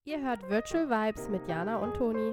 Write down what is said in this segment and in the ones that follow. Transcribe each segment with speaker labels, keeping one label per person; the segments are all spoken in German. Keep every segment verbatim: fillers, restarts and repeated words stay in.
Speaker 1: Ihr hört Virtual Vibes mit Jana und Toni.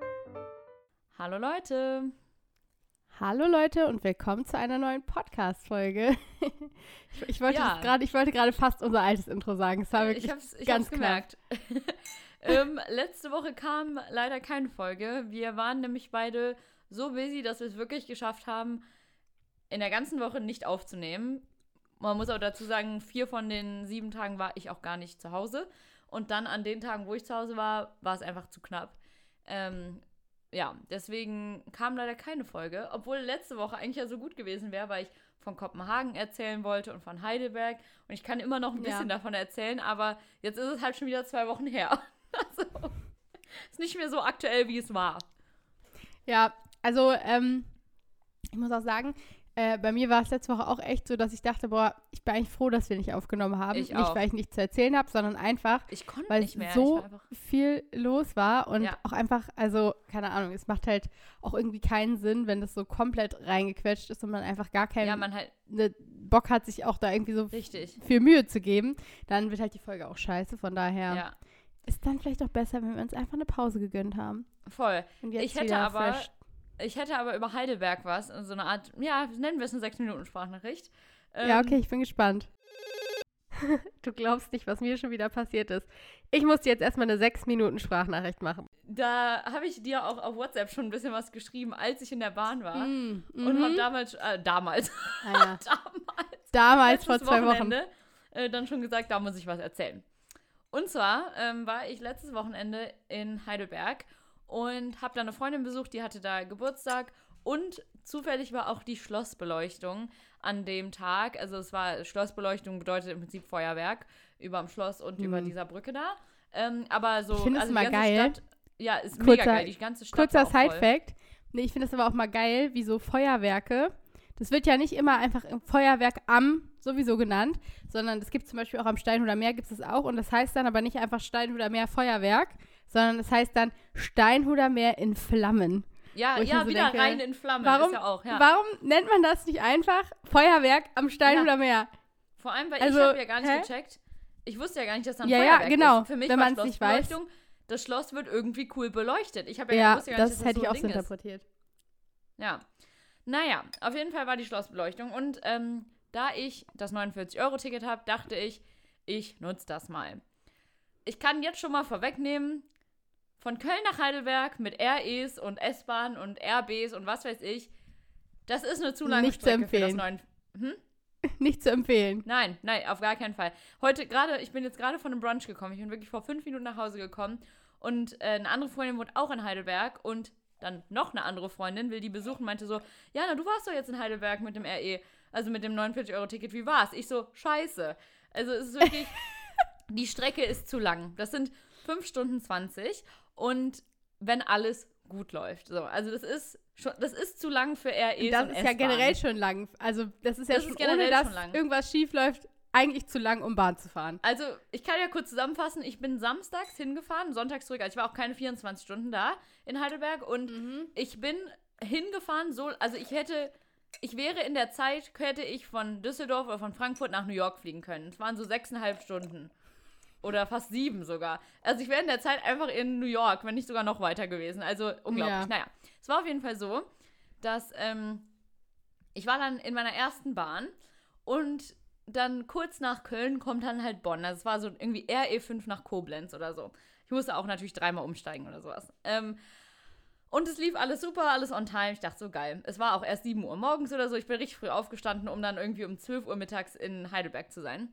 Speaker 2: Hallo Leute.
Speaker 1: Hallo Leute und willkommen zu einer neuen Podcast-Folge. ich, ich, wollte
Speaker 2: Ja.
Speaker 1: grad, ich wollte gerade fast unser altes Intro sagen. Das war wirklich
Speaker 2: Ich hab's, ich
Speaker 1: ganz
Speaker 2: hab's gemerkt. ähm, letzte Woche kam leider keine Folge. Wir waren nämlich beide so busy, dass wir es wirklich geschafft haben, in der ganzen Woche nicht aufzunehmen. Man muss auch dazu sagen, vier von den sieben Tagen war ich auch gar nicht zu Hause. Und dann an den Tagen, wo ich zu Hause war, war es einfach zu knapp. Ähm, ja, deswegen kam leider keine Folge. Obwohl letzte Woche eigentlich ja so gut gewesen wäre, weil ich von Kopenhagen erzählen wollte und von Heidelberg. Und ich kann immer noch ein bisschen ja. davon erzählen, aber jetzt ist es halt schon wieder zwei Wochen her. Also, ist nicht mehr so aktuell, wie es war.
Speaker 1: Ja, also, ähm, ich muss auch sagen, Äh, bei mir war es letzte Woche auch echt so, dass ich dachte, boah, ich bin eigentlich froh, dass wir nicht aufgenommen haben.
Speaker 2: Ich
Speaker 1: nicht,
Speaker 2: auch.
Speaker 1: weil ich nichts zu erzählen habe, sondern einfach,
Speaker 2: ich konnte
Speaker 1: weil
Speaker 2: nicht mehr.
Speaker 1: so
Speaker 2: ich war einfach
Speaker 1: viel los war und
Speaker 2: Ja.
Speaker 1: auch einfach, also, keine Ahnung, es macht halt auch irgendwie keinen Sinn, wenn das so komplett reingequetscht ist und man einfach gar keinen
Speaker 2: Ja, man halt,
Speaker 1: ne, Bock hat, sich auch da irgendwie so
Speaker 2: richtig.
Speaker 1: viel Mühe zu geben. Dann wird halt die Folge auch scheiße, von daher
Speaker 2: Ja,
Speaker 1: ist dann vielleicht auch besser, wenn wir uns einfach eine Pause gegönnt haben.
Speaker 2: voll.
Speaker 1: Und jetzt
Speaker 2: Ich hätte
Speaker 1: wieder
Speaker 2: aber,
Speaker 1: fresh.
Speaker 2: ich hätte aber über Heidelberg was, so eine Art, ja, nennen wir es eine sechs Minuten Sprachnachricht. Ähm,
Speaker 1: Ja, okay, ich bin gespannt. Du glaubst nicht, was mir schon wieder passiert ist. Ich musste jetzt erstmal eine sechs Minuten Sprachnachricht machen.
Speaker 2: Da habe ich dir auch auf WhatsApp schon ein bisschen was geschrieben, als ich in der Bahn war.
Speaker 1: Mm,
Speaker 2: Und habe
Speaker 1: mhm.
Speaker 2: damals, äh, damals,
Speaker 1: Ah, ja.
Speaker 2: damals,
Speaker 1: Damals vor
Speaker 2: letztes
Speaker 1: zwei Wochen.
Speaker 2: Wochenende, äh, dann schon gesagt, da muss ich was erzählen. Und zwar ähm, war ich letztes Wochenende in Heidelberg und habe da eine Freundin besucht, die hatte da Geburtstag und zufällig war auch die Schlossbeleuchtung an dem Tag. Also es war, Schlossbeleuchtung bedeutet im Prinzip Feuerwerk über dem Schloss und
Speaker 1: Hm.
Speaker 2: über dieser Brücke da. Ähm, aber so,
Speaker 1: Ich finde es
Speaker 2: also
Speaker 1: immer
Speaker 2: die ganze
Speaker 1: geil.
Speaker 2: Stadt, ja, ist
Speaker 1: Kurzer-
Speaker 2: mega geil, die ganze Stadt
Speaker 1: Kurzer
Speaker 2: war auch voll.
Speaker 1: Side-Fact. Nee, ich finde es aber auch mal geil, wie so Feuerwerke. Das wird ja nicht immer einfach im Feuerwerk am sowieso genannt, sondern es gibt zum Beispiel auch am Steinhuder Meer gibt es auch und das heißt dann aber nicht einfach Steinhuder Meer Feuerwerk, sondern es heißt dann Steinhuder Meer in Flammen.
Speaker 2: Ja,
Speaker 1: Wo ich mir
Speaker 2: ja,
Speaker 1: so
Speaker 2: wieder
Speaker 1: denke,
Speaker 2: rein in Flammen
Speaker 1: Warum,
Speaker 2: ist ja auch, ja.
Speaker 1: warum nennt man das nicht einfach Feuerwerk am Steinhuder Meer?
Speaker 2: Vor allem, weil
Speaker 1: Also,
Speaker 2: ich habe ja gar nicht
Speaker 1: hä?
Speaker 2: gecheckt. Ich wusste ja gar nicht, dass da ein
Speaker 1: Ja, ja,
Speaker 2: Feuerwerk
Speaker 1: genau.
Speaker 2: ist. Für mich
Speaker 1: Wenn
Speaker 2: war
Speaker 1: man es nicht weiß.
Speaker 2: Schlossbeleuchtung, das Schloss wird irgendwie cool beleuchtet. Ich habe ja,
Speaker 1: Ja,
Speaker 2: wusste ja gar
Speaker 1: das
Speaker 2: nicht, dass
Speaker 1: hätte
Speaker 2: das
Speaker 1: ich
Speaker 2: so
Speaker 1: auch
Speaker 2: ein
Speaker 1: so
Speaker 2: Ding ist.
Speaker 1: interpretiert.
Speaker 2: Ja. Naja, auf jeden Fall war die Schlossbeleuchtung. Und ähm, da ich das neunundvierzig Euro Ticket habe, dachte ich, ich nutze das mal. Ich kann jetzt schon mal vorwegnehmen, von Köln nach Heidelberg mit R Es und S-Bahn und R Bs und was weiß ich, das ist eine zu lange
Speaker 1: Nicht zu
Speaker 2: Strecke für das
Speaker 1: empfehlen.
Speaker 2: neun. Hm?
Speaker 1: Nicht zu empfehlen.
Speaker 2: Nein, nein, auf gar keinen Fall. Heute gerade, ich bin jetzt gerade von einem Brunch gekommen. Ich bin wirklich vor fünf Minuten nach Hause gekommen. Und äh, eine andere Freundin wohnt auch in Heidelberg. Und dann noch eine andere Freundin will die besuchen, meinte so, Jana, du warst doch jetzt in Heidelberg mit dem R E, also mit dem neunundvierzig Euro Ticket. Wie war's? Ich so, scheiße. Also es ist wirklich, die Strecke ist zu lang. Das sind fünf Stunden zwanzig. Und wenn alles gut läuft. So, also das ist schon, das ist zu lang für R Es
Speaker 1: Das
Speaker 2: und
Speaker 1: ist ja
Speaker 2: S-Bahn.
Speaker 1: generell schon lang. Also das ist ja
Speaker 2: Das
Speaker 1: schon,
Speaker 2: ist generell
Speaker 1: ohne dass
Speaker 2: schon lang.
Speaker 1: irgendwas schief läuft, eigentlich zu lang, um Bahn zu fahren.
Speaker 2: Also, ich kann ja kurz zusammenfassen. Ich bin samstags hingefahren, sonntags zurück. Also, ich war auch keine vierundzwanzig Stunden da in Heidelberg. Und ich bin hingefahren, so, also ich hätte, ich wäre in der Zeit, hätte ich von Düsseldorf oder von Frankfurt nach New York fliegen können. Es waren so sechseinhalb Stunden. Oder fast sieben sogar. Also, ich wäre in der Zeit einfach in New York, wenn nicht sogar noch weiter gewesen. Also, unglaublich.
Speaker 1: Ja.
Speaker 2: Naja, es war auf jeden Fall so, dass ähm, ich war dann in meiner ersten Bahn und dann kurz nach Köln kommt dann halt Bonn. Also es war so irgendwie R E fünf nach Koblenz oder so. Ich musste auch natürlich dreimal umsteigen oder sowas. Ähm, und es lief alles super, alles on time. Ich dachte so, geil. Es war auch erst sieben Uhr morgens oder so. Ich bin richtig früh aufgestanden, um dann irgendwie um zwölf Uhr mittags in Heidelberg zu sein.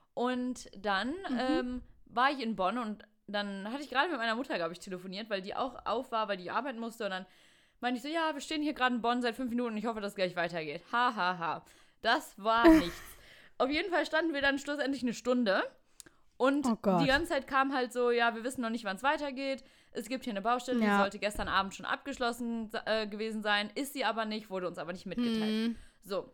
Speaker 2: Und dann
Speaker 1: Mhm.
Speaker 2: ähm, war ich in Bonn und dann hatte ich gerade mit meiner Mutter, glaube ich, telefoniert, weil die auch auf war, weil die arbeiten musste. Und dann meinte ich so, ja, wir stehen hier gerade in Bonn seit fünf Minuten und ich hoffe, dass es gleich weitergeht. Ha, ha, ha. Das war nichts. Auf jeden Fall standen wir dann schlussendlich eine Stunde und
Speaker 1: Oh Gott.
Speaker 2: die ganze Zeit kam halt so, ja, wir wissen noch nicht, wann es weitergeht. Es gibt hier eine Baustelle,
Speaker 1: Ja.
Speaker 2: die sollte gestern Abend schon abgeschlossen äh, gewesen sein, ist sie aber nicht, wurde uns aber nicht mitgeteilt.
Speaker 1: Hm.
Speaker 2: So.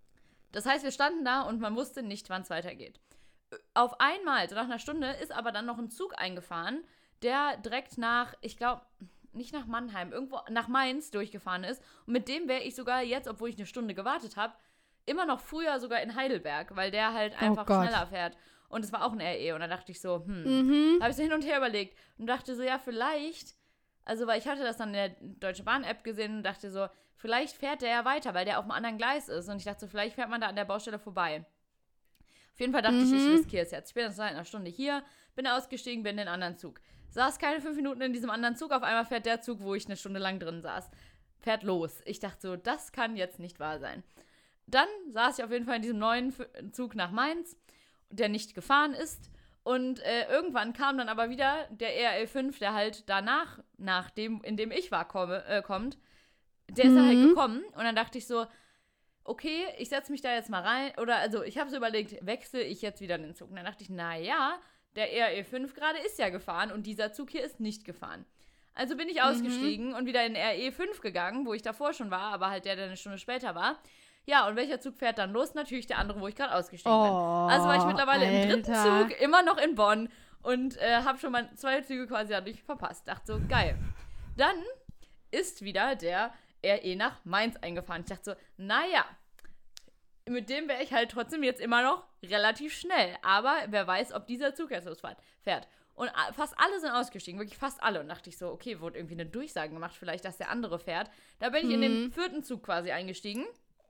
Speaker 2: Das heißt, wir standen da und man wusste nicht, wann es weitergeht. Auf einmal, so nach einer Stunde, ist aber dann noch ein Zug eingefahren, der direkt nach, ich glaube, nicht nach Mannheim, irgendwo nach Mainz durchgefahren ist. Und mit dem wäre ich sogar jetzt, obwohl ich eine Stunde gewartet habe, immer noch früher sogar in Heidelberg, weil der halt
Speaker 1: Oh
Speaker 2: einfach
Speaker 1: Gott.
Speaker 2: schneller fährt. Und es war auch ein R E. Und dann dachte ich so, hm,
Speaker 1: Mhm.
Speaker 2: habe ich so hin und her überlegt und dachte so, ja, vielleicht, also weil ich hatte das dann in der Deutsche Bahn-App gesehen und dachte so, vielleicht fährt der ja weiter, weil der auf einem anderen Gleis ist. Und ich dachte so, vielleicht fährt man da an der Baustelle vorbei. Auf jeden Fall dachte ich, ich
Speaker 1: Mhm.
Speaker 2: riskiere es jetzt. Ich bin jetzt seit einer Stunde hier, bin ausgestiegen, bin in den anderen Zug. Saß keine fünf Minuten in diesem anderen Zug, auf einmal fährt der Zug, wo ich eine Stunde lang drin saß. Fährt los. Ich dachte so, das kann jetzt nicht wahr sein. Dann saß ich auf jeden Fall in diesem neuen F- Zug nach Mainz, der nicht gefahren ist. Und äh, irgendwann kam dann aber wieder der E R L fünf, der halt danach, nach dem, in dem ich war, komme, äh, kommt. Der ist dann halt
Speaker 1: Mhm.
Speaker 2: gekommen. Und dann dachte ich so, okay, ich setze mich da jetzt mal rein. Oder also ich habe so überlegt, wechsle ich jetzt wieder den Zug? Und dann dachte ich, naja, der E R L fünf gerade ist ja gefahren und dieser Zug hier ist nicht gefahren. Also bin ich ausgestiegen und wieder in den R E fünf gegangen, wo ich davor schon war, aber halt der, der eine Stunde später war. Ja, und welcher Zug fährt dann los? Natürlich der andere, wo ich gerade ausgestiegen bin.
Speaker 1: Oh,
Speaker 2: Also war ich mittlerweile im dritten
Speaker 1: Alter.
Speaker 2: Zug, immer noch in Bonn und äh, habe schon mal zwei Züge quasi dadurch verpasst. Dachte so, geil. Dann ist wieder der R E nach Mainz eingefahren. Ich dachte so, naja, mit dem wäre ich halt trotzdem jetzt immer noch relativ schnell. Aber wer weiß, ob dieser Zug jetzt losfährt. Fährt. Und a- fast alle sind ausgestiegen, wirklich fast alle. Und dachte ich so, okay, wurde irgendwie eine Durchsage gemacht, vielleicht, dass der andere fährt. Da bin ich in den
Speaker 1: Mhm.
Speaker 2: vierten Zug quasi eingestiegen.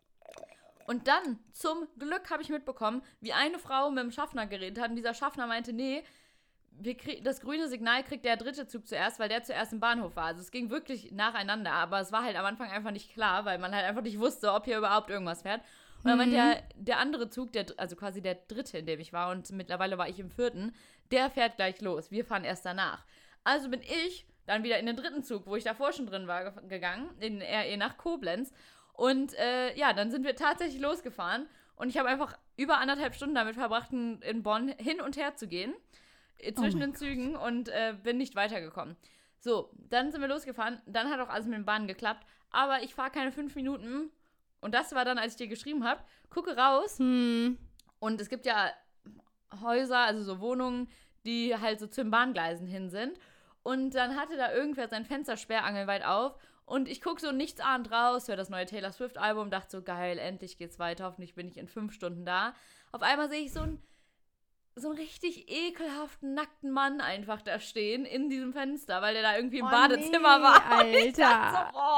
Speaker 2: Und dann, zum Glück, habe ich mitbekommen, wie eine Frau mit dem Schaffner geredet hat. Und dieser Schaffner meinte, nee, wir krieg, das grüne Signal kriegt der dritte Zug zuerst, weil der zuerst im Bahnhof war. Also es ging wirklich nacheinander, aber es war halt am Anfang einfach nicht klar, weil man halt einfach nicht wusste, ob hier überhaupt irgendwas fährt. Und dann meinte der, der andere Zug, der, also quasi der dritte, in dem ich war, und mittlerweile war ich im vierten, der fährt gleich los. Wir fahren erst danach. Also bin ich dann wieder in den dritten Zug, wo ich davor schon drin war, ge- gegangen, in den R E nach Koblenz. Und äh, ja, dann sind wir tatsächlich losgefahren. Und ich habe einfach über anderthalb Stunden damit verbracht, in, in Bonn hin und her zu gehen, äh, zwischen
Speaker 1: Oh
Speaker 2: den
Speaker 1: mein
Speaker 2: Zügen, und äh, bin nicht weitergekommen. So, dann sind wir losgefahren. Dann hat auch alles mit den Bahnen geklappt. Aber ich fahre keine fünf Minuten. Und das war dann, als ich dir geschrieben habe, gucke raus.
Speaker 1: Hm.
Speaker 2: Und es gibt ja Häuser, also so Wohnungen, die halt so zu den Bahngleisen hin sind. Und dann hatte da irgendwer sein Fenster sperrangelweit auf. Und ich gucke so nichtsahnd raus, höre das neue Taylor Swift-Album, dachte so, geil, endlich geht's weiter, hoffentlich bin ich in fünf Stunden da. Auf einmal sehe ich so einen, so einen richtig ekelhaften, nackten Mann einfach da stehen in diesem Fenster, weil der da irgendwie im
Speaker 1: Oh,
Speaker 2: Badezimmer
Speaker 1: nee,
Speaker 2: war. Und ich dachte
Speaker 1: Alter.
Speaker 2: so,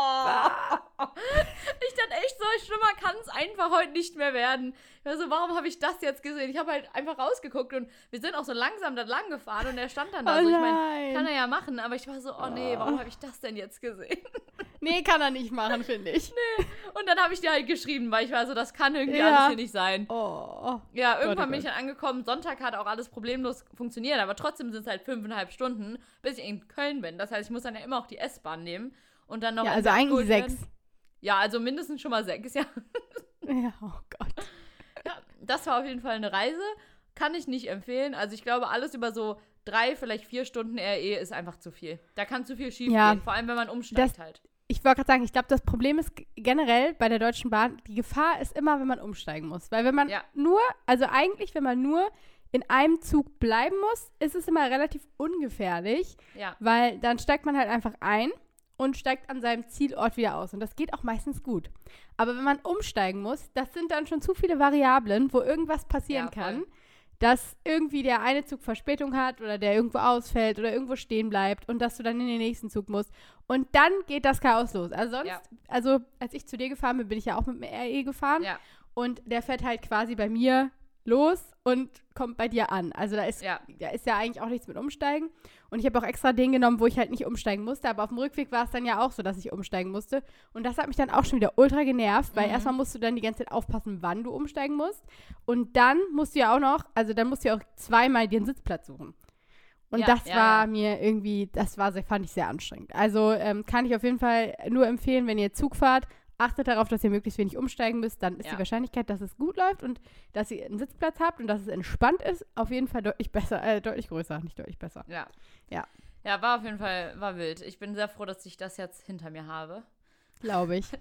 Speaker 2: oh. Ich dachte echt, so schlimmer kann es einfach heute nicht mehr werden. Also, warum habe ich das jetzt gesehen? Ich habe halt einfach rausgeguckt und wir sind auch so langsam da lang gefahren und er stand dann da
Speaker 1: Oh
Speaker 2: so. Ich meine,
Speaker 1: nein.
Speaker 2: kann er ja machen, aber ich war so, oh nee, warum habe ich das denn jetzt gesehen?
Speaker 1: Nee, kann er nicht machen, finde ich.
Speaker 2: Und dann habe ich dir halt geschrieben, weil ich war so, das kann irgendwie
Speaker 1: Ja.
Speaker 2: alles hier nicht sein.
Speaker 1: Oh.
Speaker 2: Ja,
Speaker 1: Gott,
Speaker 2: irgendwann
Speaker 1: oh
Speaker 2: bin ich
Speaker 1: Gott.
Speaker 2: dann angekommen. Sonntag hat auch alles problemlos funktioniert, aber trotzdem sind es halt fünfeinhalb Stunden, bis ich in Köln bin. Das heißt, ich muss dann ja immer auch die S-Bahn nehmen und dann noch
Speaker 1: Ja,
Speaker 2: irgendwie
Speaker 1: also eigentlich
Speaker 2: abgeholt werden.
Speaker 1: sechs.
Speaker 2: Ja, also mindestens schon mal sechs, ja.
Speaker 1: Ja, oh Gott.
Speaker 2: Ja, das war auf jeden Fall eine Reise. Kann ich nicht empfehlen. Also ich glaube, alles über so drei, vielleicht vier Stunden R E ist einfach zu viel. Da kann zu viel schief
Speaker 1: Ja.
Speaker 2: gehen, vor allem wenn man umsteigt
Speaker 1: Das-
Speaker 2: halt.
Speaker 1: Ich wollte gerade sagen, ich glaube, das Problem ist g- generell bei der Deutschen Bahn, die Gefahr ist immer, wenn man umsteigen muss. Weil wenn man
Speaker 2: Ja.
Speaker 1: nur, also eigentlich, wenn man nur in einem Zug bleiben muss, ist es immer relativ ungefährlich,
Speaker 2: Ja,
Speaker 1: weil dann steigt man halt einfach ein und steigt an seinem Zielort wieder aus. Und das geht auch meistens gut. Aber wenn man umsteigen muss, das sind dann schon zu viele Variablen, wo irgendwas passieren
Speaker 2: Ja, voll.
Speaker 1: kann, dass irgendwie der eine Zug Verspätung hat oder der irgendwo ausfällt oder irgendwo stehen bleibt und dass du dann in den nächsten Zug musst. Und dann geht das Chaos los. Also sonst,
Speaker 2: Ja.
Speaker 1: also als ich zu dir gefahren bin, bin ich ja auch mit dem R E gefahren.
Speaker 2: ja,
Speaker 1: Und der fährt halt quasi bei mir los und kommt bei dir an. Also da ist,
Speaker 2: ja.
Speaker 1: da ist ja eigentlich auch nichts mit Umsteigen. Und ich habe auch extra den genommen, wo ich halt nicht umsteigen musste. Aber auf dem Rückweg war es dann ja auch so, dass ich umsteigen musste. Und das hat mich dann auch schon wieder ultra genervt, weil
Speaker 2: Mhm.
Speaker 1: erstmal musst du dann die ganze Zeit aufpassen, wann du umsteigen musst. Und dann musst du ja auch noch, also dann musst du ja auch zweimal dir einen Sitzplatz suchen. Und
Speaker 2: Ja,
Speaker 1: das
Speaker 2: ja,
Speaker 1: war
Speaker 2: ja.
Speaker 1: mir irgendwie, das war, sehr- fand ich sehr anstrengend. Also ähm, kann ich auf jeden Fall nur empfehlen, wenn ihr Zug fahrt, achtet darauf, dass ihr möglichst wenig umsteigen müsst. Dann ist
Speaker 2: Ja.
Speaker 1: die Wahrscheinlichkeit, dass es gut läuft und dass ihr einen Sitzplatz habt und dass es entspannt ist, auf jeden Fall deutlich besser, äh, deutlich größer, nicht deutlich besser.
Speaker 2: Ja.
Speaker 1: Ja.
Speaker 2: Ja, war auf jeden Fall, war wild. Ich bin sehr froh, dass ich das jetzt hinter mir habe.
Speaker 1: Glaube ich.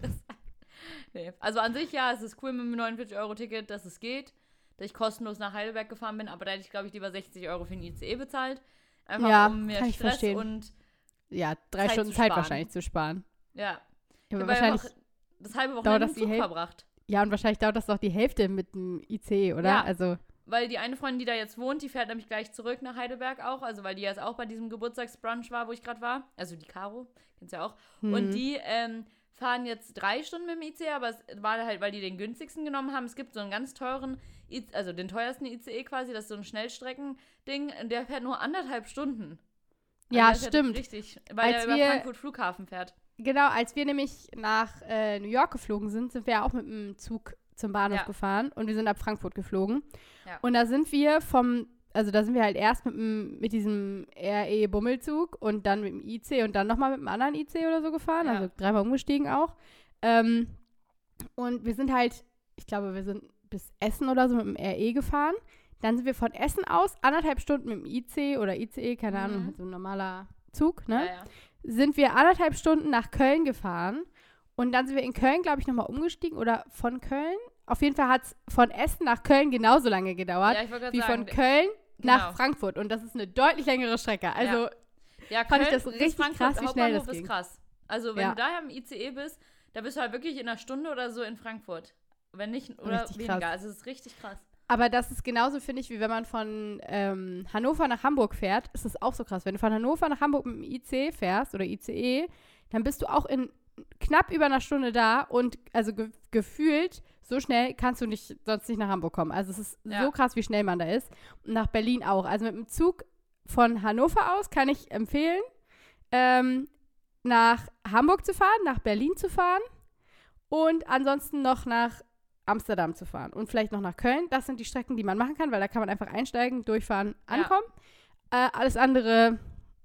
Speaker 2: Nee. Also an sich, ja, es ist cool mit dem neunundvierzig-Euro-Ticket, dass es geht, dass ich kostenlos nach Heidelberg gefahren bin, aber da hätte ich, glaube ich, lieber sechzig Euro für den I C E bezahlt. Einfach
Speaker 1: Ja,
Speaker 2: um mir
Speaker 1: kann ich
Speaker 2: Stress
Speaker 1: verstehen.
Speaker 2: und,
Speaker 1: Ja, drei
Speaker 2: Zeit
Speaker 1: Stunden
Speaker 2: zu
Speaker 1: Zeit
Speaker 2: sparen.
Speaker 1: wahrscheinlich zu sparen.
Speaker 2: ja.
Speaker 1: Ja,
Speaker 2: Ich
Speaker 1: aber
Speaker 2: habe
Speaker 1: wahrscheinlich,
Speaker 2: einfach das halbe
Speaker 1: dauert
Speaker 2: Wochenende
Speaker 1: das
Speaker 2: im
Speaker 1: die
Speaker 2: Zug
Speaker 1: Hälfte?
Speaker 2: verbracht.
Speaker 1: ja, und wahrscheinlich dauert das doch die Hälfte mit dem I C E, oder?
Speaker 2: Ja.
Speaker 1: Also,
Speaker 2: weil die eine Freundin, die da jetzt wohnt, die fährt nämlich gleich zurück nach Heidelberg auch, also weil die jetzt auch bei diesem Geburtstagsbrunch war, wo ich gerade war. Also die Caro, kennst du ja auch.
Speaker 1: Hm.
Speaker 2: Und die ähm, fahren jetzt drei Stunden mit dem I C E, aber es war halt, weil die den günstigsten genommen haben. Es gibt so einen ganz teuren, I C E, also den teuersten I C E quasi, das ist so ein Schnellstrecken-Ding, der fährt nur anderthalb Stunden. Also
Speaker 1: Ja,
Speaker 2: der fährt
Speaker 1: stimmt.
Speaker 2: Richtig, weil
Speaker 1: Als
Speaker 2: der über
Speaker 1: wir-
Speaker 2: Frankfurt Flughafen fährt.
Speaker 1: Genau, als wir nämlich nach äh, New York geflogen sind, sind wir ja auch mit dem Zug zum Bahnhof
Speaker 2: Ja.
Speaker 1: gefahren und wir sind ab Frankfurt geflogen.
Speaker 2: Ja.
Speaker 1: Und da sind wir vom, also da sind wir halt erst mit, dem, mit diesem R E-Bummelzug und dann mit dem I C und dann nochmal mit einem anderen I C oder so gefahren,
Speaker 2: Ja.
Speaker 1: also dreimal umgestiegen auch. Ähm, und wir sind halt, ich glaube, wir sind bis Essen oder so mit dem R E gefahren. Dann sind wir von Essen aus anderthalb Stunden mit dem I C oder I C E, keine
Speaker 2: Mhm.
Speaker 1: Ahnung, halt so ein normaler Zug, ne?
Speaker 2: Ja, ja.
Speaker 1: Sind wir anderthalb Stunden nach Köln gefahren und dann sind wir in Köln, glaube ich, nochmal umgestiegen oder von Köln. Auf jeden Fall hat es von Essen nach Köln genauso lange gedauert
Speaker 2: Ja, ich wollte
Speaker 1: wie
Speaker 2: gerade sagen,
Speaker 1: von Köln nach
Speaker 2: genau.
Speaker 1: Frankfurt und das ist eine deutlich längere Strecke. Also
Speaker 2: ja,
Speaker 1: fand ich
Speaker 2: Köln
Speaker 1: das
Speaker 2: bis
Speaker 1: richtig
Speaker 2: Frankfurt
Speaker 1: krass, wie schnell
Speaker 2: Hauptbahnhof
Speaker 1: das
Speaker 2: ist
Speaker 1: ging.
Speaker 2: krass. Also wenn
Speaker 1: Ja.
Speaker 2: du daher im I C E bist, da bist du halt wirklich in einer Stunde oder so in Frankfurt. Wenn nicht, oder
Speaker 1: Richtig
Speaker 2: weniger.
Speaker 1: krass.
Speaker 2: Also es ist richtig krass.
Speaker 1: Aber das ist genauso, finde ich, wie wenn man von ähm, Hannover nach Hamburg fährt, ist es auch so krass. Wenn du von Hannover nach Hamburg mit dem I C fährst oder I C E, dann bist du auch in knapp über einer Stunde da und also ge gefühlt so schnell kannst du nicht, sonst nicht nach Hamburg kommen. Also es ist
Speaker 2: Ja.
Speaker 1: so krass, wie schnell man da ist. Und nach Berlin auch. Also mit dem Zug von Hannover aus kann ich empfehlen, ähm, nach Hamburg zu fahren, nach Berlin zu fahren und ansonsten noch nach Amsterdam zu fahren und vielleicht noch nach Köln. Das sind die Strecken, die man machen kann, weil da kann man einfach einsteigen, durchfahren,
Speaker 2: Ja.
Speaker 1: ankommen. Äh, alles andere,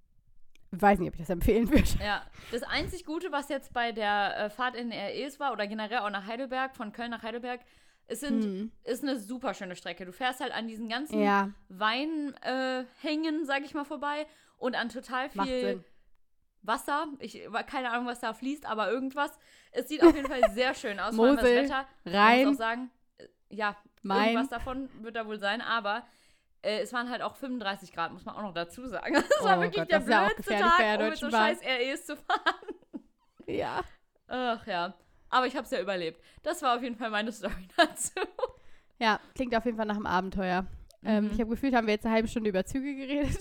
Speaker 1: weiß nicht, ob ich das empfehlen würde.
Speaker 2: Ja, das einzig Gute, was jetzt bei der äh, Fahrt in den R Es war oder generell auch nach Heidelberg, von Köln nach Heidelberg, es sind,
Speaker 1: Hm.
Speaker 2: ist eine super schöne Strecke. Du fährst halt an diesen ganzen
Speaker 1: Ja,
Speaker 2: Weinhängen, äh, Hängen, sag ich mal, vorbei und an total
Speaker 1: macht
Speaker 2: viel
Speaker 1: Sinn.
Speaker 2: Wasser. Ich keine Ahnung, was da fließt, aber irgendwas. Es sieht auf jeden Fall sehr schön aus. Vor allem das
Speaker 1: Mosel,
Speaker 2: Wetter. Man
Speaker 1: Rhein,
Speaker 2: muss auch sagen, äh, ja,
Speaker 1: Main.
Speaker 2: irgendwas davon wird da wohl sein, aber äh, es waren halt auch fünfunddreißig Grad, muss man auch noch dazu sagen. Es
Speaker 1: Oh
Speaker 2: war wirklich
Speaker 1: Gott,
Speaker 2: der
Speaker 1: das ist ja auch
Speaker 2: blödste
Speaker 1: gefährlich bei der
Speaker 2: Tag, um mit so
Speaker 1: Deutschen Bahn.
Speaker 2: scheiß R Es zu fahren.
Speaker 1: Ja.
Speaker 2: Ach ja. Aber ich hab's ja überlebt. Das war auf jeden Fall meine Story dazu.
Speaker 1: Ja, klingt auf jeden Fall nach einem Abenteuer. Ähm,
Speaker 2: Mhm.
Speaker 1: ich habe gefühlt, haben wir jetzt eine halbe Stunde über Züge geredet.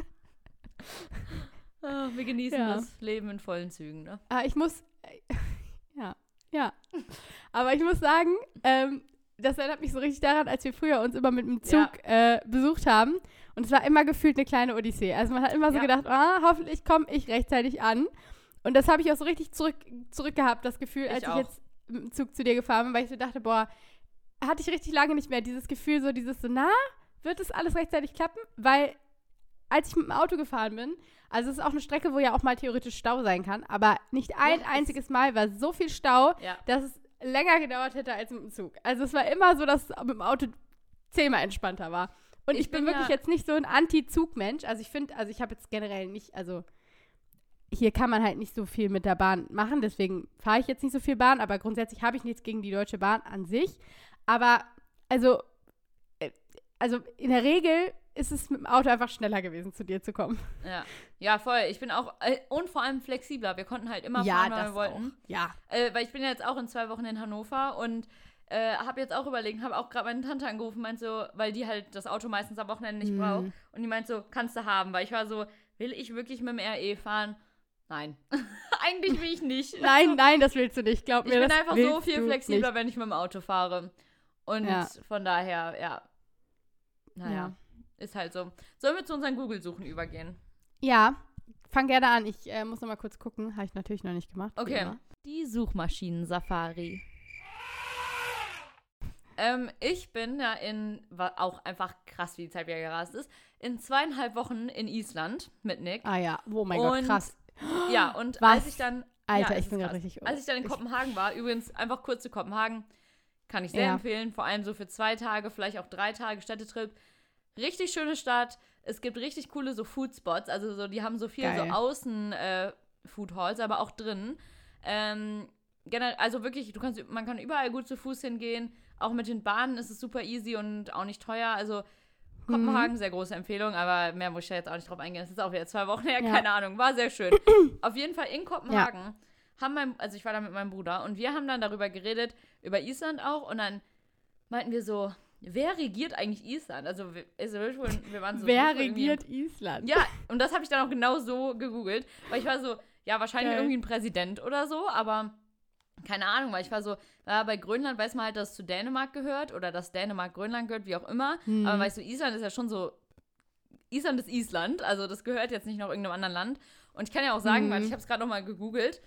Speaker 2: Ah, wir genießen
Speaker 1: Ja.
Speaker 2: das Leben in vollen Zügen, ne?
Speaker 1: Aber ich muss, ja, ja. Aber ich muss sagen, ähm, das erinnert mich so richtig daran, als wir früher uns immer mit dem Zug äh, besucht haben. Und es war immer gefühlt eine kleine Odyssee. Also man hat immer so
Speaker 2: Ja.
Speaker 1: gedacht, ah, hoffentlich komme ich rechtzeitig an. Und das habe ich auch so richtig zurück, zurückgehabt, das Gefühl,
Speaker 2: Ich
Speaker 1: als ich
Speaker 2: auch.
Speaker 1: jetzt mit dem Zug zu dir gefahren bin, weil ich so dachte, boah, hatte ich richtig lange nicht mehr dieses Gefühl, so dieses so, na, wird das alles rechtzeitig klappen? Weil als ich mit dem Auto gefahren bin, also es ist auch eine Strecke, wo ja auch mal theoretisch Stau sein kann, aber nicht ein
Speaker 2: Ja, es-
Speaker 1: einziges Mal war so viel Stau,
Speaker 2: Ja.
Speaker 1: dass es länger gedauert hätte als mit dem Zug. Also es war immer so, dass es mit dem Auto zehnmal entspannter war. Und ich,
Speaker 2: Ich
Speaker 1: bin
Speaker 2: bin
Speaker 1: wirklich
Speaker 2: ja-
Speaker 1: jetzt nicht so ein Anti-Zug-Mensch. Also ich finde, also ich habe jetzt generell nicht, also hier kann man halt nicht so viel mit der Bahn machen, deswegen fahre ich jetzt nicht so viel Bahn, aber grundsätzlich habe ich nichts gegen die Deutsche Bahn an sich. Aber also, äh, also in der Regel ist es mit dem Auto einfach schneller gewesen, zu dir zu kommen.
Speaker 2: Ja. Ja, voll. Ich bin auch, äh, und vor allem flexibler. Wir konnten halt immer fahren, wann wir wollten.
Speaker 1: auch. Ja.
Speaker 2: Äh, weil ich bin ja jetzt auch in zwei Wochen in Hannover und äh, habe jetzt auch überlegt, habe auch gerade meine Tante angerufen, meint so, weil die halt das Auto meistens am Wochenende nicht
Speaker 1: Mhm.
Speaker 2: braucht. Und die meint so, kannst du haben. Weil ich war so, will ich wirklich mit dem R E fahren? Nein. Eigentlich will ich nicht.
Speaker 1: Nein, nein, das willst du nicht. Glaub
Speaker 2: Ich
Speaker 1: mir,
Speaker 2: bin
Speaker 1: das
Speaker 2: einfach so
Speaker 1: willst
Speaker 2: viel
Speaker 1: du
Speaker 2: flexibler,
Speaker 1: nicht.
Speaker 2: wenn ich mit dem Auto fahre. Und
Speaker 1: Ja.
Speaker 2: von daher, ja. Naja,
Speaker 1: Ja.
Speaker 2: ist halt so. Sollen wir zu unseren Google-Suchen übergehen?
Speaker 1: Ja, fang gerne an. Ich äh, muss noch mal kurz gucken. Habe ich natürlich noch nicht gemacht. wie
Speaker 2: Okay.
Speaker 1: immer.
Speaker 2: Die Suchmaschinen-Safari. Ähm, ich bin ja in, war auch einfach krass, wie die Zeit wieder gerast ist, in zweieinhalb Wochen in Island mit Nick.
Speaker 1: Ah ja, oh mein
Speaker 2: Und-
Speaker 1: Gott, krass.
Speaker 2: Ja, und
Speaker 1: Was?
Speaker 2: als ich dann.
Speaker 1: Alter,
Speaker 2: ja, es
Speaker 1: ich bin
Speaker 2: ist
Speaker 1: gerade
Speaker 2: krass.
Speaker 1: richtig...
Speaker 2: Als ich dann in
Speaker 1: ich-
Speaker 2: Kopenhagen war, übrigens einfach kurz zu Kopenhagen, kann ich sehr
Speaker 1: Ja.
Speaker 2: empfehlen, vor allem so für zwei Tage, vielleicht auch drei Tage Städtetrip. Richtig schöne Stadt. Es gibt richtig coole so Foodspots, also so, die haben so viel
Speaker 1: Geil.
Speaker 2: so außen äh, Food Halls, aber auch drin. Ähm, generell, also wirklich, du kannst, man kann überall gut zu Fuß hingehen. Auch mit den Bahnen ist es super easy und auch nicht teuer. Also Kopenhagen, sehr große Empfehlung, aber mehr muss ich ja jetzt auch nicht drauf eingehen. Das ist auch wieder zwei Wochen her,
Speaker 1: Ja.
Speaker 2: keine Ahnung, war sehr schön. Auf jeden Fall in Kopenhagen haben mein, also ich war da mit meinem Bruder und wir haben dann darüber geredet, über Island auch und dann meinten wir so, wer regiert eigentlich Island? Also, wir, also wir waren so...
Speaker 1: Wer
Speaker 2: so
Speaker 1: regiert Island?
Speaker 2: Ja, und das habe ich dann auch genau so gegoogelt, weil ich war so, ja, wahrscheinlich
Speaker 1: Geil.
Speaker 2: irgendwie ein Präsident oder so, aber keine Ahnung, weil ich war so, ja, bei Grönland weiß man halt, dass es zu Dänemark gehört oder dass Dänemark Grönland gehört, wie auch immer,
Speaker 1: Hm.
Speaker 2: aber weißt du, Island ist ja schon so, Island ist Island, also das gehört jetzt nicht noch irgendeinem anderen Land und ich kann ja auch sagen,
Speaker 1: hm.
Speaker 2: weil ich habe es gerade nochmal gegoogelt,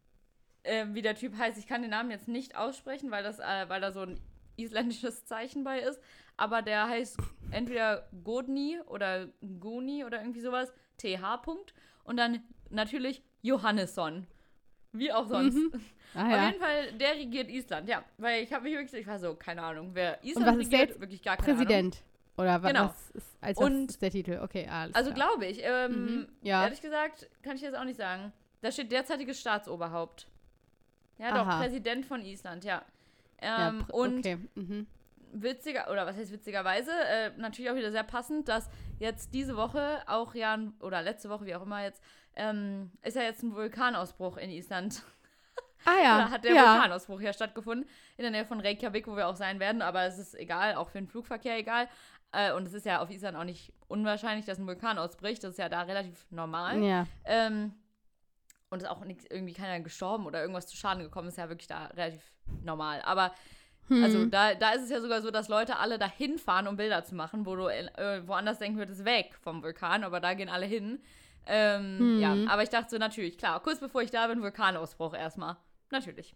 Speaker 2: äh, wie der Typ heißt, ich kann den Namen jetzt nicht aussprechen, weil, das, äh, weil da so ein isländisches Zeichen bei ist, aber der heißt entweder Godni oder Guni oder irgendwie sowas, T H. Punkt, und dann natürlich Johannesson. Wie auch sonst.
Speaker 1: Mhm. Ah,
Speaker 2: Auf
Speaker 1: ja.
Speaker 2: jeden Fall, der regiert Island, ja. Weil ich habe mich wirklich, ich war so, keine Ahnung, wer Island
Speaker 1: was ist
Speaker 2: regiert,
Speaker 1: jetzt
Speaker 2: wirklich gar keine Ahnung.
Speaker 1: Präsident. Oder was,
Speaker 2: Genau.
Speaker 1: was ist, als
Speaker 2: Und-
Speaker 1: was ist der Titel? Okay, alles
Speaker 2: Also
Speaker 1: klar.
Speaker 2: glaube ich. Ähm,
Speaker 1: Mhm, ja.
Speaker 2: Ehrlich gesagt, kann ich jetzt auch nicht sagen. Da steht derzeitiges Staatsoberhaupt. Ja,
Speaker 1: Aha.
Speaker 2: doch, Präsident von Island, ja.
Speaker 1: Ja,
Speaker 2: Ähm,
Speaker 1: pr-
Speaker 2: und
Speaker 1: okay. Mhm.
Speaker 2: witziger, oder was heißt witzigerweise, äh, natürlich auch wieder sehr passend, dass jetzt diese Woche auch ja, ein- oder letzte Woche, wie auch immer jetzt, ähm, ist ja jetzt ein Vulkanausbruch in Island.
Speaker 1: Ah ja,
Speaker 2: Da hat der
Speaker 1: ja.
Speaker 2: Vulkanausbruch ja stattgefunden, in der Nähe von Reykjavik, wo wir auch sein werden, aber es ist egal, auch für den Flugverkehr egal. Äh, und es ist ja auf Island auch nicht unwahrscheinlich, dass ein Vulkan ausbricht, das ist ja da relativ normal.
Speaker 1: Ja.
Speaker 2: Ähm, und es ist auch nicht, irgendwie keiner gestorben oder irgendwas zu Schaden gekommen, ist ja wirklich da relativ normal. Aber
Speaker 1: Hm.
Speaker 2: also da, da ist es ja sogar so, dass Leute alle dahin fahren, um Bilder zu machen, wo du äh, woanders denken würdest, weg vom Vulkan, aber da gehen alle hin. Ähm,
Speaker 1: Hm.
Speaker 2: Ja, aber ich dachte so, natürlich, klar, kurz bevor ich da bin, Vulkanausbruch erstmal. Natürlich.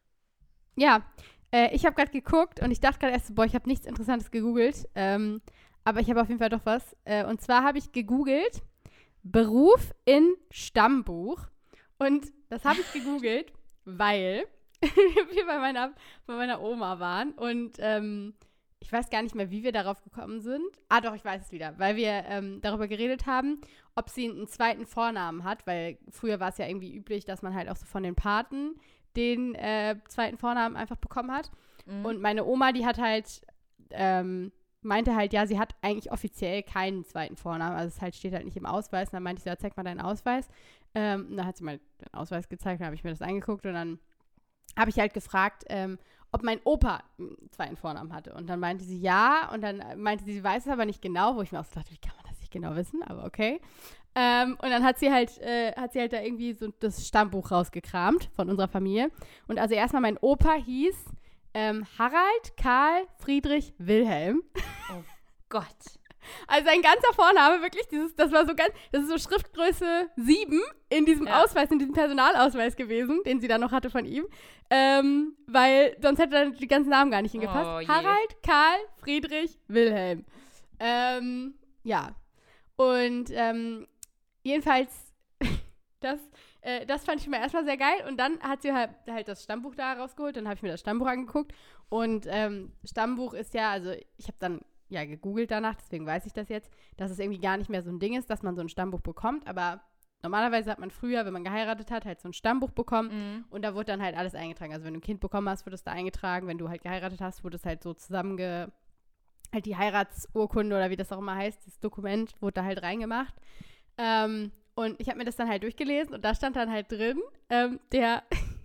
Speaker 1: Ja, äh, ich habe gerade geguckt und ich dachte gerade erst, so, boah, ich habe nichts Interessantes gegoogelt. Ähm, aber ich habe auf jeden Fall doch was. Äh, und zwar habe ich gegoogelt Beruf in Stammbuch. Und das habe ich gegoogelt, weil wir bei meiner, bei meiner Oma waren. Und ähm, ich weiß gar nicht mehr, wie wir darauf gekommen sind. Ah, doch, ich weiß es wieder. Weil wir ähm, darüber geredet haben, ob sie einen zweiten Vornamen hat. Weil früher war es ja irgendwie üblich, dass man halt auch so von den Paten den äh, zweiten Vornamen einfach bekommen hat.
Speaker 2: Mhm.
Speaker 1: Und meine Oma, die hat halt, ähm, meinte halt, ja, sie hat eigentlich offiziell keinen zweiten Vornamen. Also es halt steht halt nicht im Ausweis. Und dann meinte ich so, ja, zeig mal deinen Ausweis. Ähm, und dann hat sie mal den Ausweis gezeigt, dann habe ich mir das angeguckt und dann habe ich halt gefragt, ähm, ob mein Opa einen zweiten Vornamen hatte. Und dann meinte sie ja und dann meinte sie, sie weiß es aber nicht genau, wo ich mir auch so dachte, wie kann man das nicht genau wissen, aber okay. Ähm, und dann hat sie halt, äh, hat sie halt da irgendwie so das Stammbuch rausgekramt von unserer Familie. Und also erstmal mein Opa hieß ähm, Harald Karl Friedrich Wilhelm.
Speaker 2: Oh Gott.
Speaker 1: Also sein ganzer Vorname, wirklich, dieses, das war so ganz, das ist so Schriftgröße sieben in diesem
Speaker 2: Ja.
Speaker 1: Ausweis, in diesem Personalausweis gewesen, den sie dann noch hatte von ihm. Ähm, weil sonst hätte dann die ganzen Namen gar nicht hingepasst.
Speaker 2: Oh je.
Speaker 1: Harald Karl Friedrich Wilhelm. Ähm, ja. Und ähm, jedenfalls, das, äh, das fand ich mir erstmal sehr geil. Und dann hat sie halt, halt das Stammbuch da rausgeholt. Dann habe ich mir das Stammbuch angeguckt. Und ähm, Stammbuch ist ja, also ich habe dann ja gegoogelt danach, deswegen weiß ich das jetzt, dass es irgendwie gar nicht mehr so ein Ding ist, dass man so ein Stammbuch bekommt. Aber normalerweise hat man früher, wenn man geheiratet hat, halt so ein Stammbuch bekommen.
Speaker 2: Mhm.
Speaker 1: Und da wurde dann halt alles eingetragen. Also wenn du ein Kind bekommen hast, wurde es da eingetragen. Wenn du halt geheiratet hast, wurde es halt so zusammenge... halt die Heiratsurkunde oder wie das auch immer heißt, das Dokument wurde da halt reingemacht. Ähm, und ich habe mir das dann halt durchgelesen und da stand dann halt drin, ähm, der,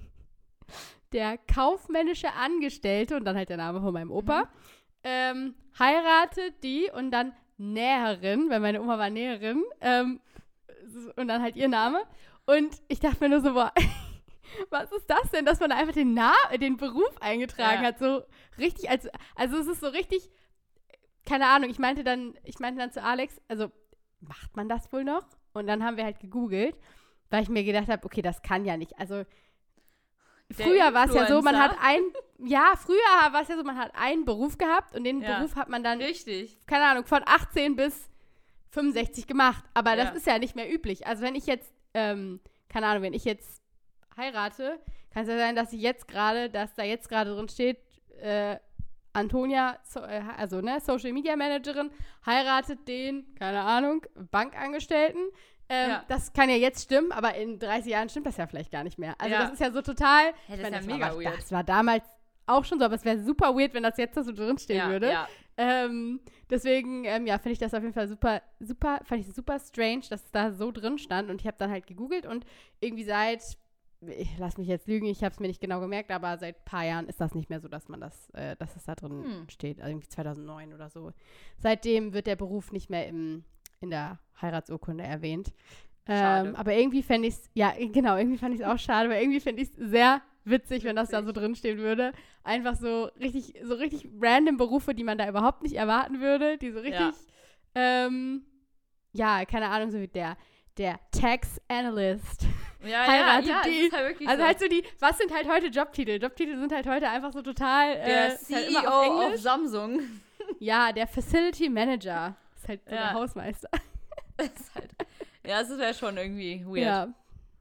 Speaker 1: der kaufmännische Angestellte und dann halt der Name von meinem Opa,
Speaker 2: Mhm.
Speaker 1: ähm, heiratet die und dann Näherin, weil meine Oma war Näherin, ähm, und dann halt ihr Name. Und ich dachte mir nur so, boah, was ist das denn, dass man da einfach den, Na den Beruf eingetragen
Speaker 2: Ja.
Speaker 1: hat, so richtig, als, also es ist so richtig, keine Ahnung, ich meinte dann, ich meinte dann zu Alex, also macht man das wohl noch? Und dann haben wir halt gegoogelt, weil ich mir gedacht habe, okay, das kann ja nicht, also
Speaker 2: Der
Speaker 1: früher war es ja so, man hat
Speaker 2: Influencer.
Speaker 1: ein, ja, früher war es ja so, man hat einen Beruf gehabt und den
Speaker 2: Ja.
Speaker 1: Beruf hat man dann,
Speaker 2: Richtig.
Speaker 1: keine Ahnung, von achtzehn bis fünfundsechzig gemacht. Aber
Speaker 2: Ja.
Speaker 1: das ist ja nicht mehr üblich. Also wenn ich jetzt, ähm, keine Ahnung, wenn ich jetzt heirate, kann es ja sein, dass ich jetzt gerade, dass da jetzt gerade drin steht, äh, Antonia, so, äh, also ne, Social Media Managerin, heiratet den, keine Ahnung, Bankangestellten. Ähm,
Speaker 2: Ja.
Speaker 1: Das kann ja jetzt stimmen, aber in dreißig Jahren stimmt das ja vielleicht gar nicht mehr. Also
Speaker 2: Ja.
Speaker 1: das ist ja so total,
Speaker 2: Ja,
Speaker 1: ich
Speaker 2: das
Speaker 1: meine,
Speaker 2: ist
Speaker 1: das
Speaker 2: ja mega
Speaker 1: war,
Speaker 2: weird.
Speaker 1: Das war damals auch schon so, aber es wäre super weird, wenn das jetzt da so drinstehen
Speaker 2: Ja,
Speaker 1: würde.
Speaker 2: ja.
Speaker 1: Ähm, deswegen, ähm, ja, finde ich das auf jeden Fall super, super, fand ich super strange, dass es da so drin stand. Und ich habe dann halt gegoogelt und irgendwie seit ich lass mich jetzt lügen, ich habe es mir nicht genau gemerkt, aber seit ein paar Jahren ist das nicht mehr so, dass man das, äh, dass es da drin
Speaker 2: Hm.
Speaker 1: steht, also irgendwie zweitausendneun oder so. Seitdem wird der Beruf nicht mehr im, in der Heiratsurkunde erwähnt.
Speaker 2: Schade.
Speaker 1: Ähm, aber irgendwie fände ich es, ja, genau, irgendwie fand ich es auch schade, aber irgendwie fände ich es sehr witzig, wenn das da so
Speaker 2: Witzig.
Speaker 1: drinstehen würde. Einfach so richtig, so richtig random Berufe, die man da überhaupt nicht erwarten würde, die so richtig,
Speaker 2: Ja.
Speaker 1: ähm, ja, keine Ahnung, so wie der, der Tax Analyst.
Speaker 2: Ja,
Speaker 1: heiratet
Speaker 2: ja, ja,
Speaker 1: die.
Speaker 2: es ist halt wirklich
Speaker 1: Also
Speaker 2: so.
Speaker 1: halt so die, was sind halt heute Jobtitel? Jobtitel sind halt heute einfach so total,
Speaker 2: der
Speaker 1: äh, ist
Speaker 2: C
Speaker 1: halt
Speaker 2: E
Speaker 1: immer
Speaker 2: O
Speaker 1: auf
Speaker 2: auf
Speaker 1: Englisch.
Speaker 2: Samsung.
Speaker 1: Ja, der Facility Manager. Ist halt so
Speaker 2: Ja.
Speaker 1: der Hausmeister.
Speaker 2: ist halt, ja, es wäre schon irgendwie weird.
Speaker 1: Ja.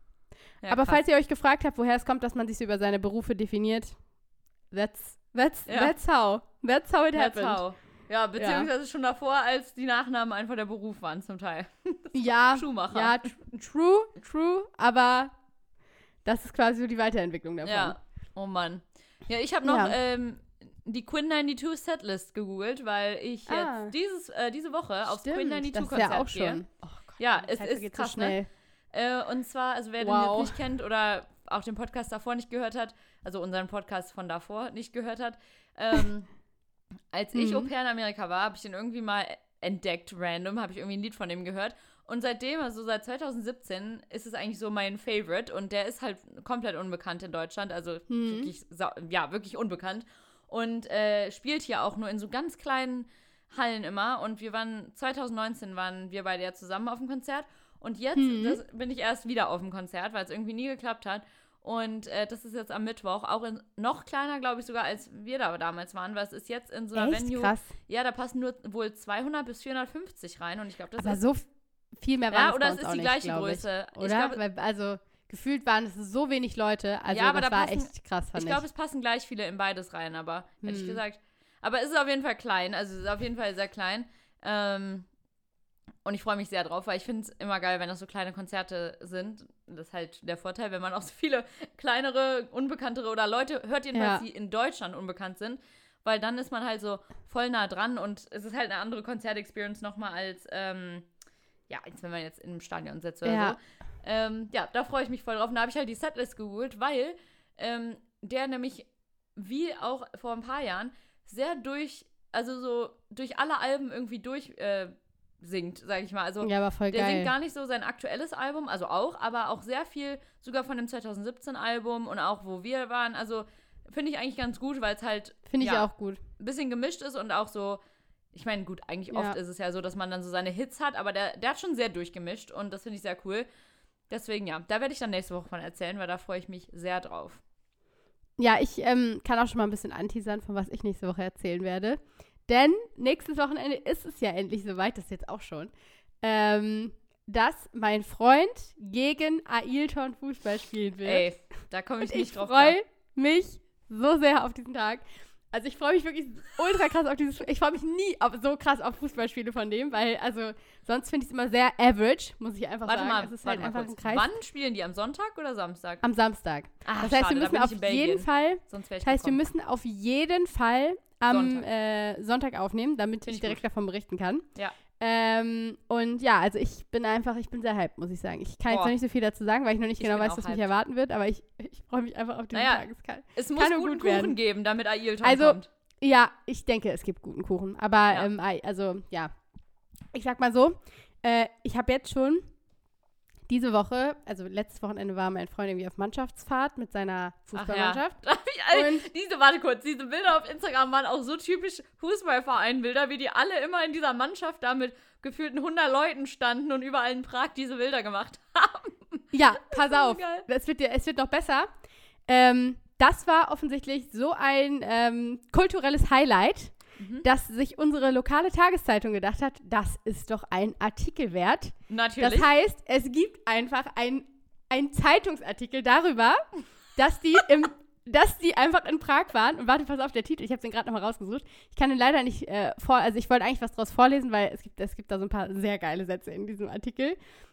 Speaker 2: Ja,
Speaker 1: Aber
Speaker 2: krass.
Speaker 1: falls ihr euch gefragt habt, woher es kommt, dass man sich so über seine Berufe definiert, that's, that's,
Speaker 2: Ja.
Speaker 1: that's how. That's how it
Speaker 2: That's
Speaker 1: happened.
Speaker 2: how. Ja, beziehungsweise schon davor, als die Nachnamen einfach der Beruf waren zum Teil.
Speaker 1: Ja,
Speaker 2: Schuhmacher.
Speaker 1: ja, tr- true, true, aber das ist quasi so die Weiterentwicklung davon.
Speaker 2: Ja, oh Mann. Ja, ich habe noch
Speaker 1: Ja.
Speaker 2: ähm, die Queen zweiundneunzig Setlist gegoogelt, weil ich jetzt
Speaker 1: Ah.
Speaker 2: dieses, äh, diese Woche aufs
Speaker 1: Stimmt,
Speaker 2: Queen
Speaker 1: das ist
Speaker 2: zweiundneunzig-Konzert
Speaker 1: ja auch
Speaker 2: gehe.
Speaker 1: schon. Oh Gott,
Speaker 2: Ja,
Speaker 1: die
Speaker 2: es
Speaker 1: Zeit
Speaker 2: ist
Speaker 1: vergeht
Speaker 2: krass,
Speaker 1: so schnell.
Speaker 2: Äh, und zwar, also wer den
Speaker 1: Wow.
Speaker 2: jetzt nicht kennt oder auch den Podcast davor nicht gehört hat, also unseren Podcast von davor nicht gehört hat, ähm, als ich
Speaker 1: Mhm.
Speaker 2: Au pair in Amerika war, habe ich den irgendwie mal entdeckt, random, habe ich irgendwie ein Lied von dem gehört. Und seitdem, also seit zweitausendsiebzehn, ist es eigentlich so mein Favorite. Und der ist halt komplett unbekannt in Deutschland, also
Speaker 1: Mhm.
Speaker 2: wirklich, sau- ja, wirklich unbekannt. Und äh, spielt hier auch nur in so ganz kleinen Hallen immer. Und wir waren, zweitausendneunzehn waren wir beide ja zusammen auf dem Konzert. Und jetzt
Speaker 1: Mhm.
Speaker 2: das, bin ich erst wieder auf dem Konzert, weil es irgendwie nie geklappt hat. Und äh, das ist jetzt am Mittwoch, auch in, noch kleiner, glaube ich, sogar, als wir da damals waren, weil es ist jetzt in so einer
Speaker 1: Echt
Speaker 2: Venue.
Speaker 1: krass.
Speaker 2: Ja, da passen nur wohl zweihundert bis vierhundertfünfzig rein. Und ich glaube, das
Speaker 1: Aber
Speaker 2: ist.
Speaker 1: so f- viel mehr waren
Speaker 2: Ja,
Speaker 1: es
Speaker 2: oder
Speaker 1: bei
Speaker 2: es
Speaker 1: uns
Speaker 2: ist
Speaker 1: auch
Speaker 2: die
Speaker 1: nicht,
Speaker 2: gleiche
Speaker 1: glaub ich.
Speaker 2: Größe. Ich
Speaker 1: Oder?
Speaker 2: glaube,
Speaker 1: Weil, also gefühlt waren es so wenig Leute. Also
Speaker 2: Ja, aber
Speaker 1: das
Speaker 2: da
Speaker 1: war
Speaker 2: passen-
Speaker 1: echt krass, fand
Speaker 2: ich
Speaker 1: ich.
Speaker 2: glaube, es passen gleich viele in beides rein, aber hätte ich
Speaker 1: Hm.
Speaker 2: gesagt. Aber es ist auf jeden Fall klein, also es ist auf jeden Fall sehr klein. Ähm, und ich freue mich sehr drauf, weil ich finde es immer geil, wenn das so kleine Konzerte sind. Das ist halt der Vorteil, wenn man auch so viele kleinere, unbekanntere oder Leute hört jedenfalls,
Speaker 1: Ja.
Speaker 2: die in Deutschland unbekannt sind. Weil dann ist man halt so voll nah dran und es ist halt eine andere Konzertexperience nochmal als, ähm, ja, als wenn man jetzt in einem Stadion sitzt oder
Speaker 1: Ja.
Speaker 2: so. Ähm, ja, da freue ich mich voll drauf. Und da habe ich halt die Setlist geholt, weil ähm, der nämlich, wie auch vor ein paar Jahren, sehr durch, also so durch alle Alben irgendwie durch äh, singt, sag ich mal. Also
Speaker 1: ja, aber voll
Speaker 2: der
Speaker 1: geil.
Speaker 2: singt gar nicht so sein aktuelles Album, also auch, aber auch sehr viel sogar von dem zweitausendsiebzehn-Album und auch wo wir waren. Also finde ich eigentlich ganz gut, weil es halt
Speaker 1: Finde ich
Speaker 2: ja,
Speaker 1: auch gut.
Speaker 2: ein bisschen gemischt ist und auch so, ich meine, gut, eigentlich
Speaker 1: Ja.
Speaker 2: oft ist es ja so, dass man dann so seine Hits hat, aber der, der hat schon sehr durchgemischt und das finde ich sehr cool. Deswegen, ja, da werde ich dann nächste Woche von erzählen, weil da freue ich mich sehr drauf.
Speaker 1: Ja, ich ähm, kann auch schon mal ein bisschen anteasern, von was ich nächste Woche erzählen werde. Denn nächstes Wochenende ist es ja endlich soweit, das ist jetzt auch schon, ähm, dass mein Freund gegen Ailton Fußball spielen wird.
Speaker 2: Ey, da komme ich
Speaker 1: Und
Speaker 2: nicht
Speaker 1: ich
Speaker 2: drauf.
Speaker 1: freue mich so sehr auf diesen Tag. Also ich freue mich wirklich ultra krass auf dieses, ich freue mich nie auf, so krass auf Fußballspiele von dem, weil also sonst finde ich es immer sehr average, muss ich einfach
Speaker 2: Warte
Speaker 1: sagen.
Speaker 2: mal,
Speaker 1: es ist
Speaker 2: warte
Speaker 1: halt
Speaker 2: mal
Speaker 1: einfach
Speaker 2: kurz.
Speaker 1: ein Kreis.
Speaker 2: Wann spielen die? Am Sonntag oder Samstag?
Speaker 1: Am Samstag.
Speaker 2: Ah,
Speaker 1: Das heißt,
Speaker 2: schade,
Speaker 1: wir
Speaker 2: da
Speaker 1: müssen
Speaker 2: bin ich
Speaker 1: auf
Speaker 2: in Belgien.
Speaker 1: jeden Fall,
Speaker 2: Sonst wäre ich
Speaker 1: das heißt, wir
Speaker 2: gekommen.
Speaker 1: müssen auf jeden Fall am
Speaker 2: Sonntag.
Speaker 1: Sonntag, äh, Sonntag aufnehmen, damit
Speaker 2: Find
Speaker 1: ich
Speaker 2: ich
Speaker 1: direkt
Speaker 2: gut.
Speaker 1: davon berichten kann.
Speaker 2: Ja.
Speaker 1: Ähm, und ja, also ich bin einfach, ich bin sehr hyped, muss ich sagen. Ich kann jetzt
Speaker 2: Boah.
Speaker 1: noch nicht so viel dazu sagen, weil ich noch nicht
Speaker 2: Ich
Speaker 1: genau
Speaker 2: bin
Speaker 1: weiß,
Speaker 2: auch
Speaker 1: was mich
Speaker 2: hyped.
Speaker 1: erwarten wird, aber ich, ich freue mich einfach auf diesen
Speaker 2: Naja,
Speaker 1: Tag. Es kann,
Speaker 2: Es muss
Speaker 1: kann nur
Speaker 2: guten
Speaker 1: gut
Speaker 2: Kuchen
Speaker 1: werden.
Speaker 2: geben, damit Ailton
Speaker 1: Also,
Speaker 2: kommt.
Speaker 1: Ja, ich denke, es gibt guten Kuchen. Aber,
Speaker 2: Ja.
Speaker 1: ähm, ei- also, ja. Ich sag mal so, äh, ich habe jetzt schon diese Woche, also letztes Wochenende war mein Freund irgendwie auf Mannschaftsfahrt mit seiner Fußballmannschaft.
Speaker 2: Ey,
Speaker 1: Und-
Speaker 2: diese, warte kurz, diese Bilder auf Instagram waren auch so typisch Fußballverein-Bilder, wie die alle immer in dieser Mannschaft da mit gefühlten hundert Leuten standen und überall in Prag diese Bilder gemacht haben.
Speaker 1: Ja, pass
Speaker 2: so
Speaker 1: auf,
Speaker 2: geil.
Speaker 1: es wird, dir- es wird noch besser. Ähm, das war offensichtlich so ein ähm, kulturelles Highlight,
Speaker 2: Mhm.
Speaker 1: dass sich unsere lokale Tageszeitung gedacht hat, das ist doch ein Artikel wert.
Speaker 2: Natürlich.
Speaker 1: Das heißt, es gibt einfach ein, ein Zeitungsartikel darüber, dass die im dass die einfach in Prag waren. Und warte, pass auf, der Titel, ich habe den gerade nochmal rausgesucht. Ich kann den leider nicht äh, vor, also ich wollte eigentlich was draus vorlesen, weil es gibt, es gibt da so ein paar sehr geile Sätze in diesem Artikel.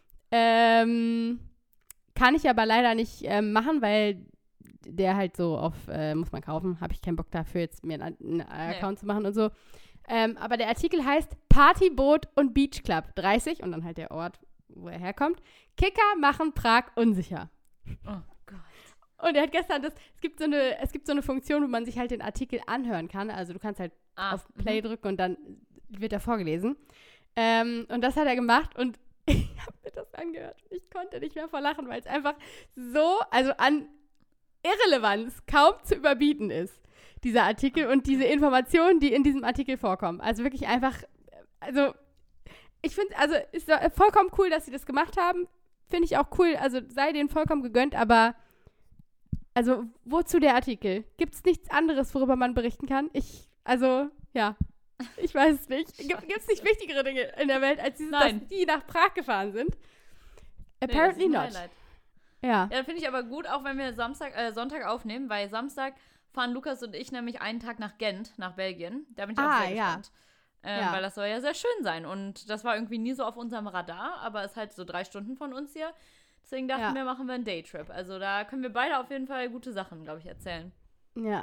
Speaker 1: Ähm, kann ich aber leider nicht ähm, machen, weil der halt so auf, äh, muss man kaufen, habe ich keinen Bock dafür, jetzt mir einen, einen Account zu machen und so. Ähm, aber der Artikel heißt Partyboot und Beach Club dreißig und dann halt der Ort, wo er herkommt. Kicker machen Prag unsicher.
Speaker 2: Oh Gott.
Speaker 1: Und er hat gestern das, es gibt so eine, es gibt so eine Funktion, wo man sich halt den Artikel anhören kann. Also du kannst halt
Speaker 2: Ah,
Speaker 1: auf Play
Speaker 2: mhm.
Speaker 1: drücken und dann wird er vorgelesen. Ähm, und das hat er gemacht und ich habe mir das angehört. Ich konnte nicht mehr vor Lachen, weil es einfach so, also an Irrelevanz kaum zu überbieten ist, dieser Artikel und diese Informationen, die in diesem Artikel vorkommen. Also wirklich einfach, also ich finde, also ist vollkommen cool, dass sie das gemacht haben. Finde ich auch cool, also sei denen vollkommen gegönnt, aber also wozu der Artikel? Gibt es nichts anderes, worüber man berichten kann? Ich, also, ja, ich weiß es nicht. Gibt es nicht wichtigere Dinge in der Welt, als dieses,
Speaker 2: Nein.
Speaker 1: dass die nach Prag gefahren sind?
Speaker 2: Nee,
Speaker 1: Apparently
Speaker 2: das ist ein
Speaker 1: not.
Speaker 2: Highlight.
Speaker 1: Ja.
Speaker 2: Ja, finde ich aber gut, auch wenn wir Samstag, äh, Sonntag aufnehmen, weil Samstag fahren Lukas und ich nämlich einen Tag nach Gent, nach Belgien. Da bin ich
Speaker 1: Ah,
Speaker 2: auch sehr
Speaker 1: ja.
Speaker 2: gespannt. Ähm,
Speaker 1: Ja.
Speaker 2: Weil das soll ja sehr schön sein. Und das war irgendwie nie so auf unserem Radar, aber es ist halt so drei Stunden von uns hier. Deswegen dachten
Speaker 1: Ja.
Speaker 2: wir, machen wir einen Daytrip. Also da können wir beide auf jeden Fall gute Sachen, glaube ich, erzählen.
Speaker 1: Ja.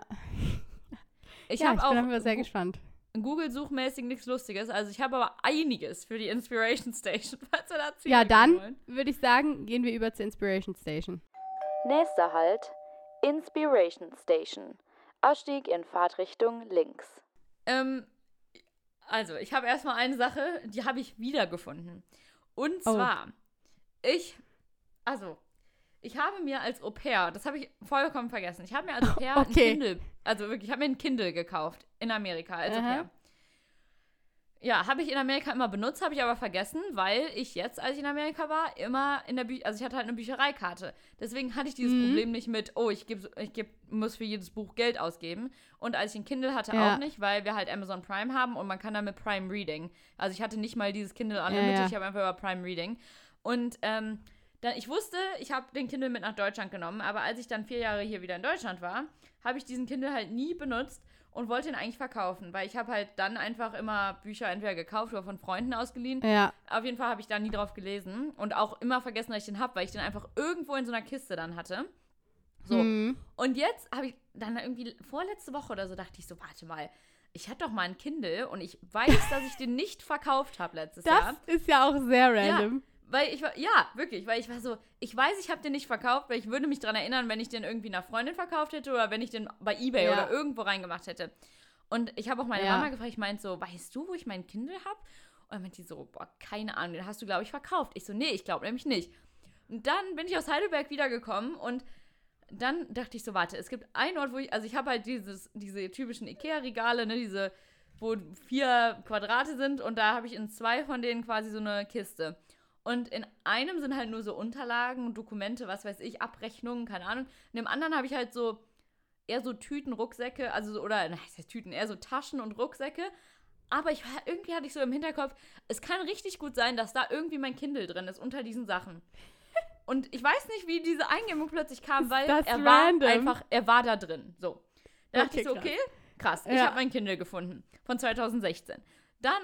Speaker 2: Ich
Speaker 1: ja,
Speaker 2: habe
Speaker 1: ich
Speaker 2: auch
Speaker 1: bin aber sehr
Speaker 2: Gu-
Speaker 1: gespannt.
Speaker 2: Google-suchmäßig nichts Lustiges. Also ich habe aber einiges für die Inspiration Station, falls wir da
Speaker 1: Ja,
Speaker 2: Ziele
Speaker 1: dann
Speaker 2: wollen.
Speaker 1: würde ich sagen, gehen wir über zur Inspiration Station.
Speaker 3: Nächster Halt, Inspiration Station. Ausstieg in Fahrtrichtung links.
Speaker 2: Ähm, also, ich habe erstmal eine Sache, die habe ich wiedergefunden. Und
Speaker 1: Oh.
Speaker 2: zwar, ich, also, ich habe mir als Au-pair, das habe ich vollkommen vergessen, ich habe mir als Au-pair
Speaker 1: Okay.
Speaker 2: ein Kindle, also wirklich, ich habe mir ein Kindle gekauft in Amerika als
Speaker 1: Aha.
Speaker 2: Au-pair. Ja, habe ich in Amerika immer benutzt, habe ich aber vergessen, weil ich jetzt, als ich in Amerika war, immer in der Bücher, also ich hatte halt eine Büchereikarte. Deswegen hatte ich dieses
Speaker 1: Mhm.
Speaker 2: Problem nicht mit, oh, ich, geb, ich geb, muss für jedes Buch Geld ausgeben. Und als ich ein Kindle hatte,
Speaker 1: Ja.
Speaker 2: auch nicht, weil wir halt Amazon Prime haben und man kann damit Prime Reading. Also ich hatte nicht mal dieses Kindle Unlimited,
Speaker 1: Ja, ja.
Speaker 2: ich habe einfach über Prime Reading. Und ähm, dann, ich wusste, ich habe den Kindle mit nach Deutschland genommen, aber als ich dann vier Jahre hier wieder in Deutschland war, habe ich diesen Kindle halt nie benutzt und wollte ihn eigentlich verkaufen, weil ich habe halt dann einfach immer Bücher entweder gekauft oder von Freunden ausgeliehen.
Speaker 1: Ja.
Speaker 2: Auf jeden Fall habe ich da nie drauf gelesen und auch immer vergessen, dass ich den habe, weil ich den einfach irgendwo in so einer Kiste dann hatte. So.
Speaker 1: Mhm.
Speaker 2: Und jetzt habe ich dann irgendwie vorletzte Woche oder so dachte ich so, warte mal, ich hatte doch mal ein Kindle und ich weiß, dass ich den nicht verkauft habe letztes
Speaker 1: Das
Speaker 2: Jahr.
Speaker 1: ist ja auch sehr random.
Speaker 2: Weil ich war, ja, wirklich, weil ich war so, ich weiß, ich habe den nicht verkauft, weil ich würde mich daran erinnern, wenn ich den irgendwie einer Freundin verkauft hätte oder wenn ich den bei eBay
Speaker 1: Ja.
Speaker 2: oder irgendwo reingemacht hätte. Und ich habe auch meine
Speaker 1: Ja.
Speaker 2: Mama gefragt, ich meinte so, weißt du, wo ich meinen Kindle habe? Und dann meinte die so, boah, keine Ahnung, den hast du, glaube ich, verkauft. Ich so, nee, ich glaube nämlich nicht. Und dann bin ich aus Heidelberg wiedergekommen und dann dachte ich so, warte, es gibt einen Ort, wo ich, also ich habe halt dieses, diese typischen Ikea-Regale, ne, diese, wo vier Quadrate sind und da habe ich in zwei von denen quasi so eine Kiste. Und in einem sind halt nur so Unterlagen, Dokumente, was weiß ich, Abrechnungen, keine Ahnung. In dem anderen habe ich halt so eher so Tüten, Rucksäcke, also so, oder, nein, das heißt Tüten, eher so Taschen und Rucksäcke. Aber ich war, irgendwie hatte ich so im Hinterkopf, es kann richtig gut sein, dass da irgendwie mein Kindle drin ist, unter diesen Sachen. Und ich weiß nicht, wie diese Eingebung plötzlich kam,
Speaker 1: Ist
Speaker 2: weil
Speaker 1: das
Speaker 2: er war
Speaker 1: random?
Speaker 2: einfach, er war da drin. So. Da dachte
Speaker 1: Okay,
Speaker 2: ich so,
Speaker 1: krass.
Speaker 2: okay, krass, ich
Speaker 1: Ja.
Speaker 2: habe mein Kindle gefunden. Von zwanzig sechzehn. Dann,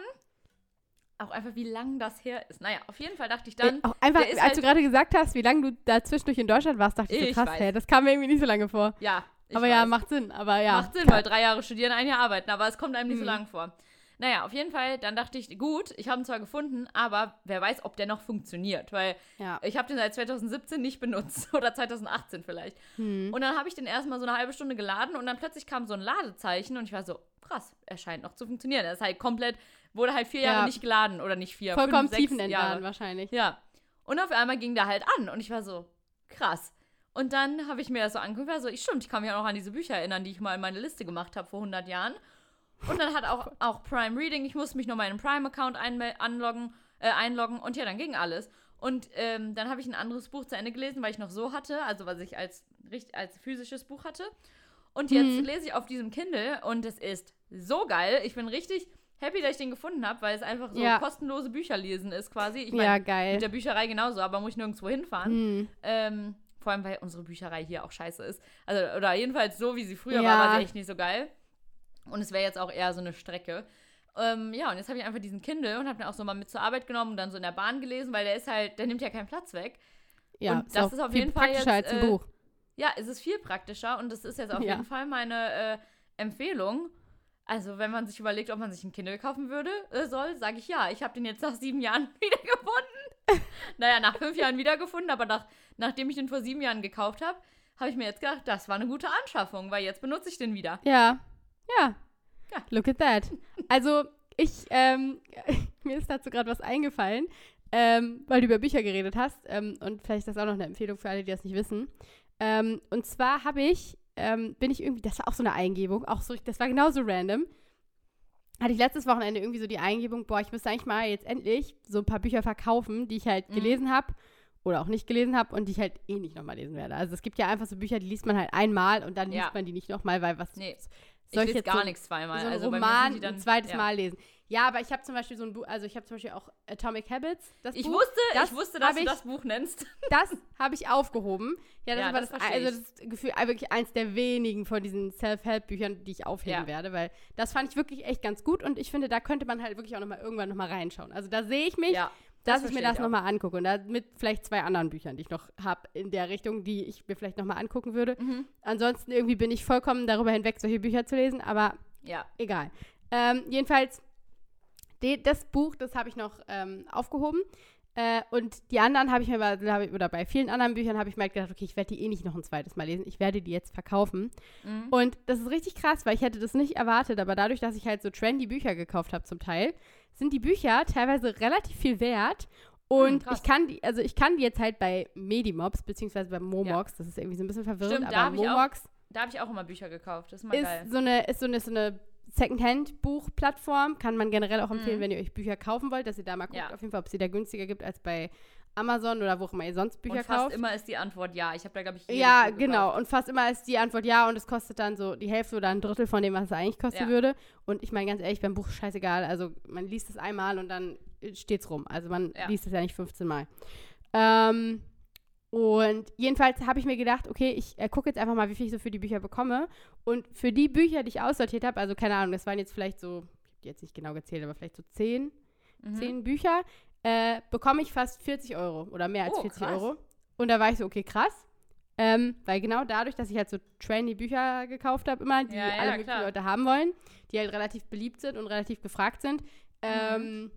Speaker 2: auch einfach, wie lang das her ist. Naja, auf jeden Fall dachte ich dann,
Speaker 1: Ey, auch einfach,
Speaker 2: der
Speaker 1: als
Speaker 2: ist halt-
Speaker 1: du gerade gesagt hast, wie lange du da zwischendurch in Deutschland warst, dachte ich so,
Speaker 2: Ich
Speaker 1: krass,
Speaker 2: weiß.
Speaker 1: hey, das kam mir irgendwie nicht so lange vor.
Speaker 2: ja. ich
Speaker 1: aber ja,
Speaker 2: weiß.
Speaker 1: macht Sinn. Aber ja.
Speaker 2: Macht Sinn, weil drei Jahre studieren, ein Jahr arbeiten, aber es kommt einem nicht so
Speaker 1: Mhm.
Speaker 2: lang vor. Naja, auf jeden Fall, dann dachte ich, gut, ich habe ihn zwar gefunden, aber wer weiß, ob der noch funktioniert, weil
Speaker 1: Ja.
Speaker 2: ich habe den seit zwanzig siebzehn nicht benutzt oder zwanzig achtzehn vielleicht.
Speaker 1: Hm.
Speaker 2: Und dann habe ich den erstmal so eine halbe Stunde geladen und dann plötzlich kam so ein Ladezeichen und ich war so, krass, er scheint noch zu funktionieren. Er ist halt komplett, wurde halt vier Jahre
Speaker 1: Ja.
Speaker 2: nicht geladen oder nicht vier,
Speaker 1: Vollkommen
Speaker 2: fünf, sechs
Speaker 1: tiefenentladen
Speaker 2: Jahre.
Speaker 1: wahrscheinlich.
Speaker 2: Ja. Und auf einmal ging der halt an und ich war so, krass. Und dann habe ich mir das so angeguckt, war so, ich stimmt, ich kann mich auch noch an diese Bücher erinnern, die ich mal in meine Liste gemacht habe vor hundert Jahren. Und dann hat auch, auch Prime Reading, ich musste mich noch mal in einen Prime-Account einmel- anloggen, äh, einloggen und ja, dann ging alles. Und ähm, dann habe ich ein anderes Buch zu Ende gelesen, weil ich noch so hatte, also was ich als, richt- als physisches Buch hatte. Und jetzt
Speaker 1: Mhm.
Speaker 2: lese ich auf diesem Kindle und es ist so geil. Ich bin richtig happy, dass ich den gefunden habe, weil es einfach so
Speaker 1: Ja.
Speaker 2: kostenlose Bücher lesen ist quasi. Ich
Speaker 1: Ja,
Speaker 2: meine,
Speaker 1: geil.
Speaker 2: mit der Bücherei genauso, aber muss ich nirgendwo hinfahren.
Speaker 1: Hm.
Speaker 2: Ähm, vor allem, weil unsere Bücherei hier auch scheiße ist. Also, oder jedenfalls so, wie sie früher
Speaker 1: Ja.
Speaker 2: war, war sie echt nicht so geil. Und es wäre jetzt auch eher so eine Strecke. Ähm, ja, und jetzt habe ich einfach diesen Kindle und habe den auch so mal mit zur Arbeit genommen und dann so in der Bahn gelesen, weil der ist halt, der nimmt ja keinen Platz weg.
Speaker 1: Ja,
Speaker 2: und das
Speaker 1: auch
Speaker 2: ist auf
Speaker 1: viel
Speaker 2: jeden Fall
Speaker 1: praktischer
Speaker 2: jetzt,
Speaker 1: als ein
Speaker 2: äh,
Speaker 1: Buch.
Speaker 2: Ja, es ist viel praktischer und das ist jetzt auf
Speaker 1: Ja.
Speaker 2: jeden Fall meine äh, Empfehlung. Also, wenn man sich überlegt, ob man sich ein Kindle kaufen würde, äh, soll, sage ich ja. Ich habe den jetzt nach sieben Jahren wiedergefunden. Naja, nach fünf Jahren wiedergefunden, aber nach, nachdem ich den vor sieben Jahren gekauft habe, habe ich mir jetzt gedacht, das war eine gute Anschaffung, weil jetzt benutze ich den wieder.
Speaker 1: Ja, ja.
Speaker 2: Ja.
Speaker 1: Look at that. Also, ich, ähm, mir ist dazu gerade was eingefallen, ähm, weil du über Bücher geredet hast. Ähm, und vielleicht ist das auch noch eine Empfehlung für alle, die das nicht wissen. Ähm, und zwar habe ich, ähm, bin ich irgendwie, das war auch so eine Eingebung, auch so, das war genauso random. Hatte ich letztes Wochenende irgendwie so die Eingebung, boah, ich müsste eigentlich mal jetzt endlich so ein paar Bücher verkaufen, die ich halt
Speaker 2: Mhm.
Speaker 1: gelesen habe oder auch nicht gelesen habe und die ich halt eh nicht nochmal lesen werde. Also es gibt ja einfach so Bücher, die liest man halt einmal und dann
Speaker 2: Ja.
Speaker 1: liest man die nicht nochmal, weil was
Speaker 2: Nee.
Speaker 1: soll
Speaker 2: ich
Speaker 1: ich
Speaker 2: lese
Speaker 1: jetzt
Speaker 2: gar
Speaker 1: so,
Speaker 2: nichts zweimal.
Speaker 1: so ein
Speaker 2: also bei mir
Speaker 1: Roman
Speaker 2: sind die dann,
Speaker 1: ein zweites
Speaker 2: ja.
Speaker 1: Mal lesen. Ja, aber ich habe zum Beispiel so ein Buch, also ich habe zum Beispiel auch Atomic Habits, das
Speaker 2: Ich
Speaker 1: Buch.
Speaker 2: wusste,
Speaker 1: das
Speaker 2: ich wusste, dass
Speaker 1: hab
Speaker 2: du
Speaker 1: ich-
Speaker 2: das Buch nennst.
Speaker 1: Das habe ich aufgehoben. Ja, das
Speaker 2: Ja,
Speaker 1: war
Speaker 2: das
Speaker 1: das,
Speaker 2: verstehe
Speaker 1: also das Gefühl, wirklich eins der wenigen von diesen Self-Help-Büchern, die ich aufheben
Speaker 2: Ja.
Speaker 1: werde, weil das fand ich wirklich echt ganz gut und ich finde, da könnte man halt wirklich auch nochmal irgendwann nochmal reinschauen. Also da sehe ich mich,
Speaker 2: Ja,
Speaker 1: dass
Speaker 2: das
Speaker 1: ich mir
Speaker 2: verstehe
Speaker 1: das
Speaker 2: ich auch.
Speaker 1: nochmal angucke und da mit vielleicht zwei anderen Büchern, die ich noch habe in der Richtung, die ich mir vielleicht nochmal angucken würde.
Speaker 2: Mhm.
Speaker 1: Ansonsten irgendwie bin ich vollkommen darüber hinweg, solche Bücher zu lesen, aber
Speaker 2: Ja.
Speaker 1: egal. Ähm, jedenfalls, de, das Buch, das habe ich noch ähm, aufgehoben. Äh, und die anderen habe ich mir, bei, hab ich, oder bei vielen anderen Büchern habe ich mir halt gedacht, okay, ich werde die eh nicht noch ein zweites Mal lesen. Ich werde die jetzt verkaufen.
Speaker 2: Mhm.
Speaker 1: Und das ist richtig krass, weil ich hätte das nicht erwartet. Aber dadurch, dass ich halt so trendy Bücher gekauft habe zum Teil, sind die Bücher teilweise relativ viel wert. Und
Speaker 2: krass.
Speaker 1: ich kann die, also ich kann die jetzt halt bei Medimobs, beziehungsweise bei Momox, das ist irgendwie so ein bisschen verwirrend,
Speaker 2: Stimmt, da
Speaker 1: aber
Speaker 2: hab ich auch-
Speaker 1: Momox
Speaker 2: Da habe ich auch immer Bücher gekauft. Das ist mal geil.
Speaker 1: ist so eine, ist so eine, so eine Secondhand-Buchplattform. Kann man generell auch empfehlen,
Speaker 2: Mhm.
Speaker 1: wenn ihr euch Bücher kaufen wollt, dass ihr da mal guckt,
Speaker 2: Ja.
Speaker 1: auf jeden Fall, ob es die da günstiger gibt als bei Amazon oder wo auch immer ihr sonst Bücher
Speaker 2: Und fast
Speaker 1: kauft.
Speaker 2: immer ist die Antwort ja. Ich habe da, glaube ich, jedes
Speaker 1: Ja,
Speaker 2: Buch gekauft.
Speaker 1: genau. Und fast immer ist die Antwort ja und es kostet dann so die Hälfte oder ein Drittel von dem, was es eigentlich kosten
Speaker 2: Ja.
Speaker 1: würde. Und ich meine ganz ehrlich, beim Buch ist scheißegal. Also man liest es einmal und dann steht's rum. Also man
Speaker 2: Ja.
Speaker 1: liest es ja nicht fünfzehn Mal. Ähm, und jedenfalls habe ich mir gedacht, okay, ich äh, gucke jetzt einfach mal, wie viel ich so für die Bücher bekomme. Und für die Bücher, die ich aussortiert habe, also keine Ahnung, das waren jetzt vielleicht so, ich habe die jetzt nicht genau gezählt, aber vielleicht so zehn,
Speaker 2: Mhm.
Speaker 1: zehn Bücher, äh, bekomme ich fast vierzig Euro oder mehr als
Speaker 2: Oh,
Speaker 1: vierzig
Speaker 2: krass.
Speaker 1: Euro. Und da war ich so, okay, krass. Ähm, weil genau dadurch, dass ich halt so trendy Bücher gekauft habe, immer, die
Speaker 2: Ja, ja,
Speaker 1: alle möglichen
Speaker 2: klar.
Speaker 1: Leute haben wollen, die halt relativ beliebt sind und relativ gefragt sind, ähm,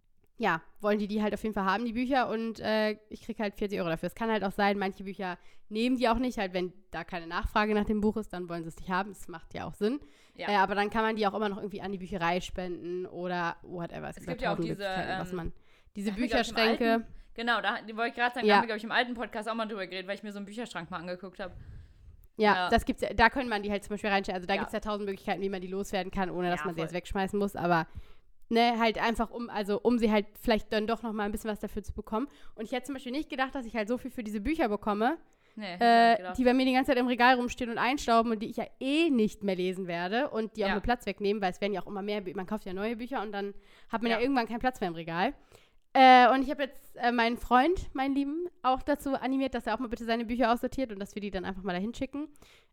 Speaker 1: ja, wollen die die halt auf jeden Fall haben, die Bücher. Und äh, ich kriege halt vierzig Euro dafür. Es kann halt auch sein, manche Bücher nehmen die auch nicht. Halt, wenn da keine Nachfrage nach dem Buch ist, dann wollen sie es nicht haben. Das macht ja auch Sinn.
Speaker 2: Ja.
Speaker 1: Äh, aber dann kann man die auch immer noch irgendwie an die Bücherei spenden oder whatever. Es,
Speaker 2: Es
Speaker 1: gibt
Speaker 2: gibt
Speaker 1: ja
Speaker 2: ja auch
Speaker 1: tausend
Speaker 2: diese,
Speaker 1: Möglichkeiten, was
Speaker 2: ähm,
Speaker 1: man... Diese
Speaker 2: da haben wir, glaub ich, im
Speaker 1: Bücherschränke...
Speaker 2: alten- Genau, da die wollte ich gerade sagen,
Speaker 1: Ja.
Speaker 2: da haben wir, glaube ich, im alten Podcast auch mal drüber geredet, weil ich mir so einen Bücherschrank mal angeguckt habe.
Speaker 1: Ja,
Speaker 2: Ja.
Speaker 1: das gibt's ja, da können man die halt zum Beispiel reinstellen. Also da
Speaker 2: Ja.
Speaker 1: gibt es ja tausend Möglichkeiten, wie man die loswerden kann, ohne dass
Speaker 2: Ja,
Speaker 1: man sie
Speaker 2: voll.
Speaker 1: jetzt wegschmeißen muss. Aber ne, halt einfach um, also um sie halt vielleicht dann doch noch mal ein bisschen was dafür zu bekommen. Und ich hätte zum Beispiel nicht gedacht, dass ich halt so viel für diese Bücher bekomme,
Speaker 2: Nee, hätte ich auch
Speaker 1: äh,
Speaker 2: nicht gedacht.
Speaker 1: die bei mir die ganze Zeit im Regal rumstehen und einstauben und die ich ja eh nicht mehr lesen werde und die auch
Speaker 2: Ja.
Speaker 1: nur Platz wegnehmen, weil es werden ja auch immer mehr, Bü- man kauft ja neue Bücher und dann hat man ja,
Speaker 2: Ja.
Speaker 1: irgendwann keinen Platz mehr im Regal. Äh, und ich habe jetzt äh, meinen Freund, meinen Lieben, auch dazu animiert, dass er auch mal bitte seine Bücher aussortiert und dass wir die dann einfach mal dahin schicken.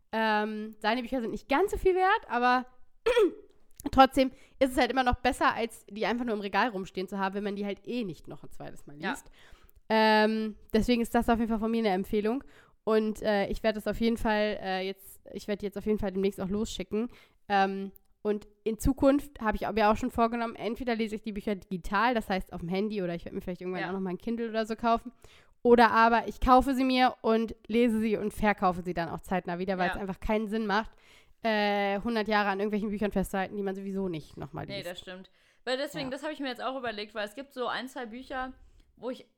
Speaker 1: Ähm, seine Bücher sind nicht ganz so viel wert, aber trotzdem ist es halt immer noch besser, als die einfach nur im Regal rumstehen zu haben, wenn man die halt eh nicht noch ein zweites Mal
Speaker 2: Ja.
Speaker 1: liest. Ähm, deswegen ist das auf jeden Fall von mir eine Empfehlung. Und äh, ich werde das auf jeden Fall äh, jetzt, ich werde jetzt auf jeden Fall demnächst auch losschicken. Ähm, und in Zukunft habe ich mir auch schon vorgenommen, entweder lese ich die Bücher digital, das heißt auf dem Handy, oder ich werde mir vielleicht irgendwann
Speaker 2: Ja.
Speaker 1: auch noch mal ein Kindle oder so kaufen. Oder aber ich kaufe sie mir und lese sie und verkaufe sie dann auch zeitnah wieder, weil
Speaker 2: Ja.
Speaker 1: es einfach keinen Sinn macht, äh, hundert Jahre an irgendwelchen Büchern festzuhalten, die man sowieso nicht nochmal liest.
Speaker 2: Nee, das stimmt. Weil deswegen,
Speaker 1: Ja.
Speaker 2: das habe ich mir jetzt auch überlegt, weil es gibt so ein, zwei Bücher, wo ich,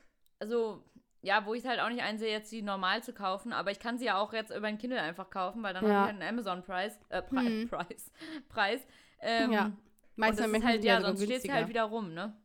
Speaker 2: also, ja, wo ich es halt auch nicht einsehe, jetzt die normal zu kaufen, aber ich kann sie ja auch jetzt über ein Kindle einfach kaufen, weil dann
Speaker 1: Ja.
Speaker 2: habe ich halt einen Amazon-Preis, äh, Pre
Speaker 1: Hm.
Speaker 2: Preis, Preis. Ähm,
Speaker 1: Ja.
Speaker 2: und
Speaker 1: Meistens
Speaker 2: das ist
Speaker 1: Menschen
Speaker 2: halt,
Speaker 1: sind die
Speaker 2: ja,
Speaker 1: sogar
Speaker 2: sonst steht sie
Speaker 1: günstiger.
Speaker 2: halt wieder rum, ne?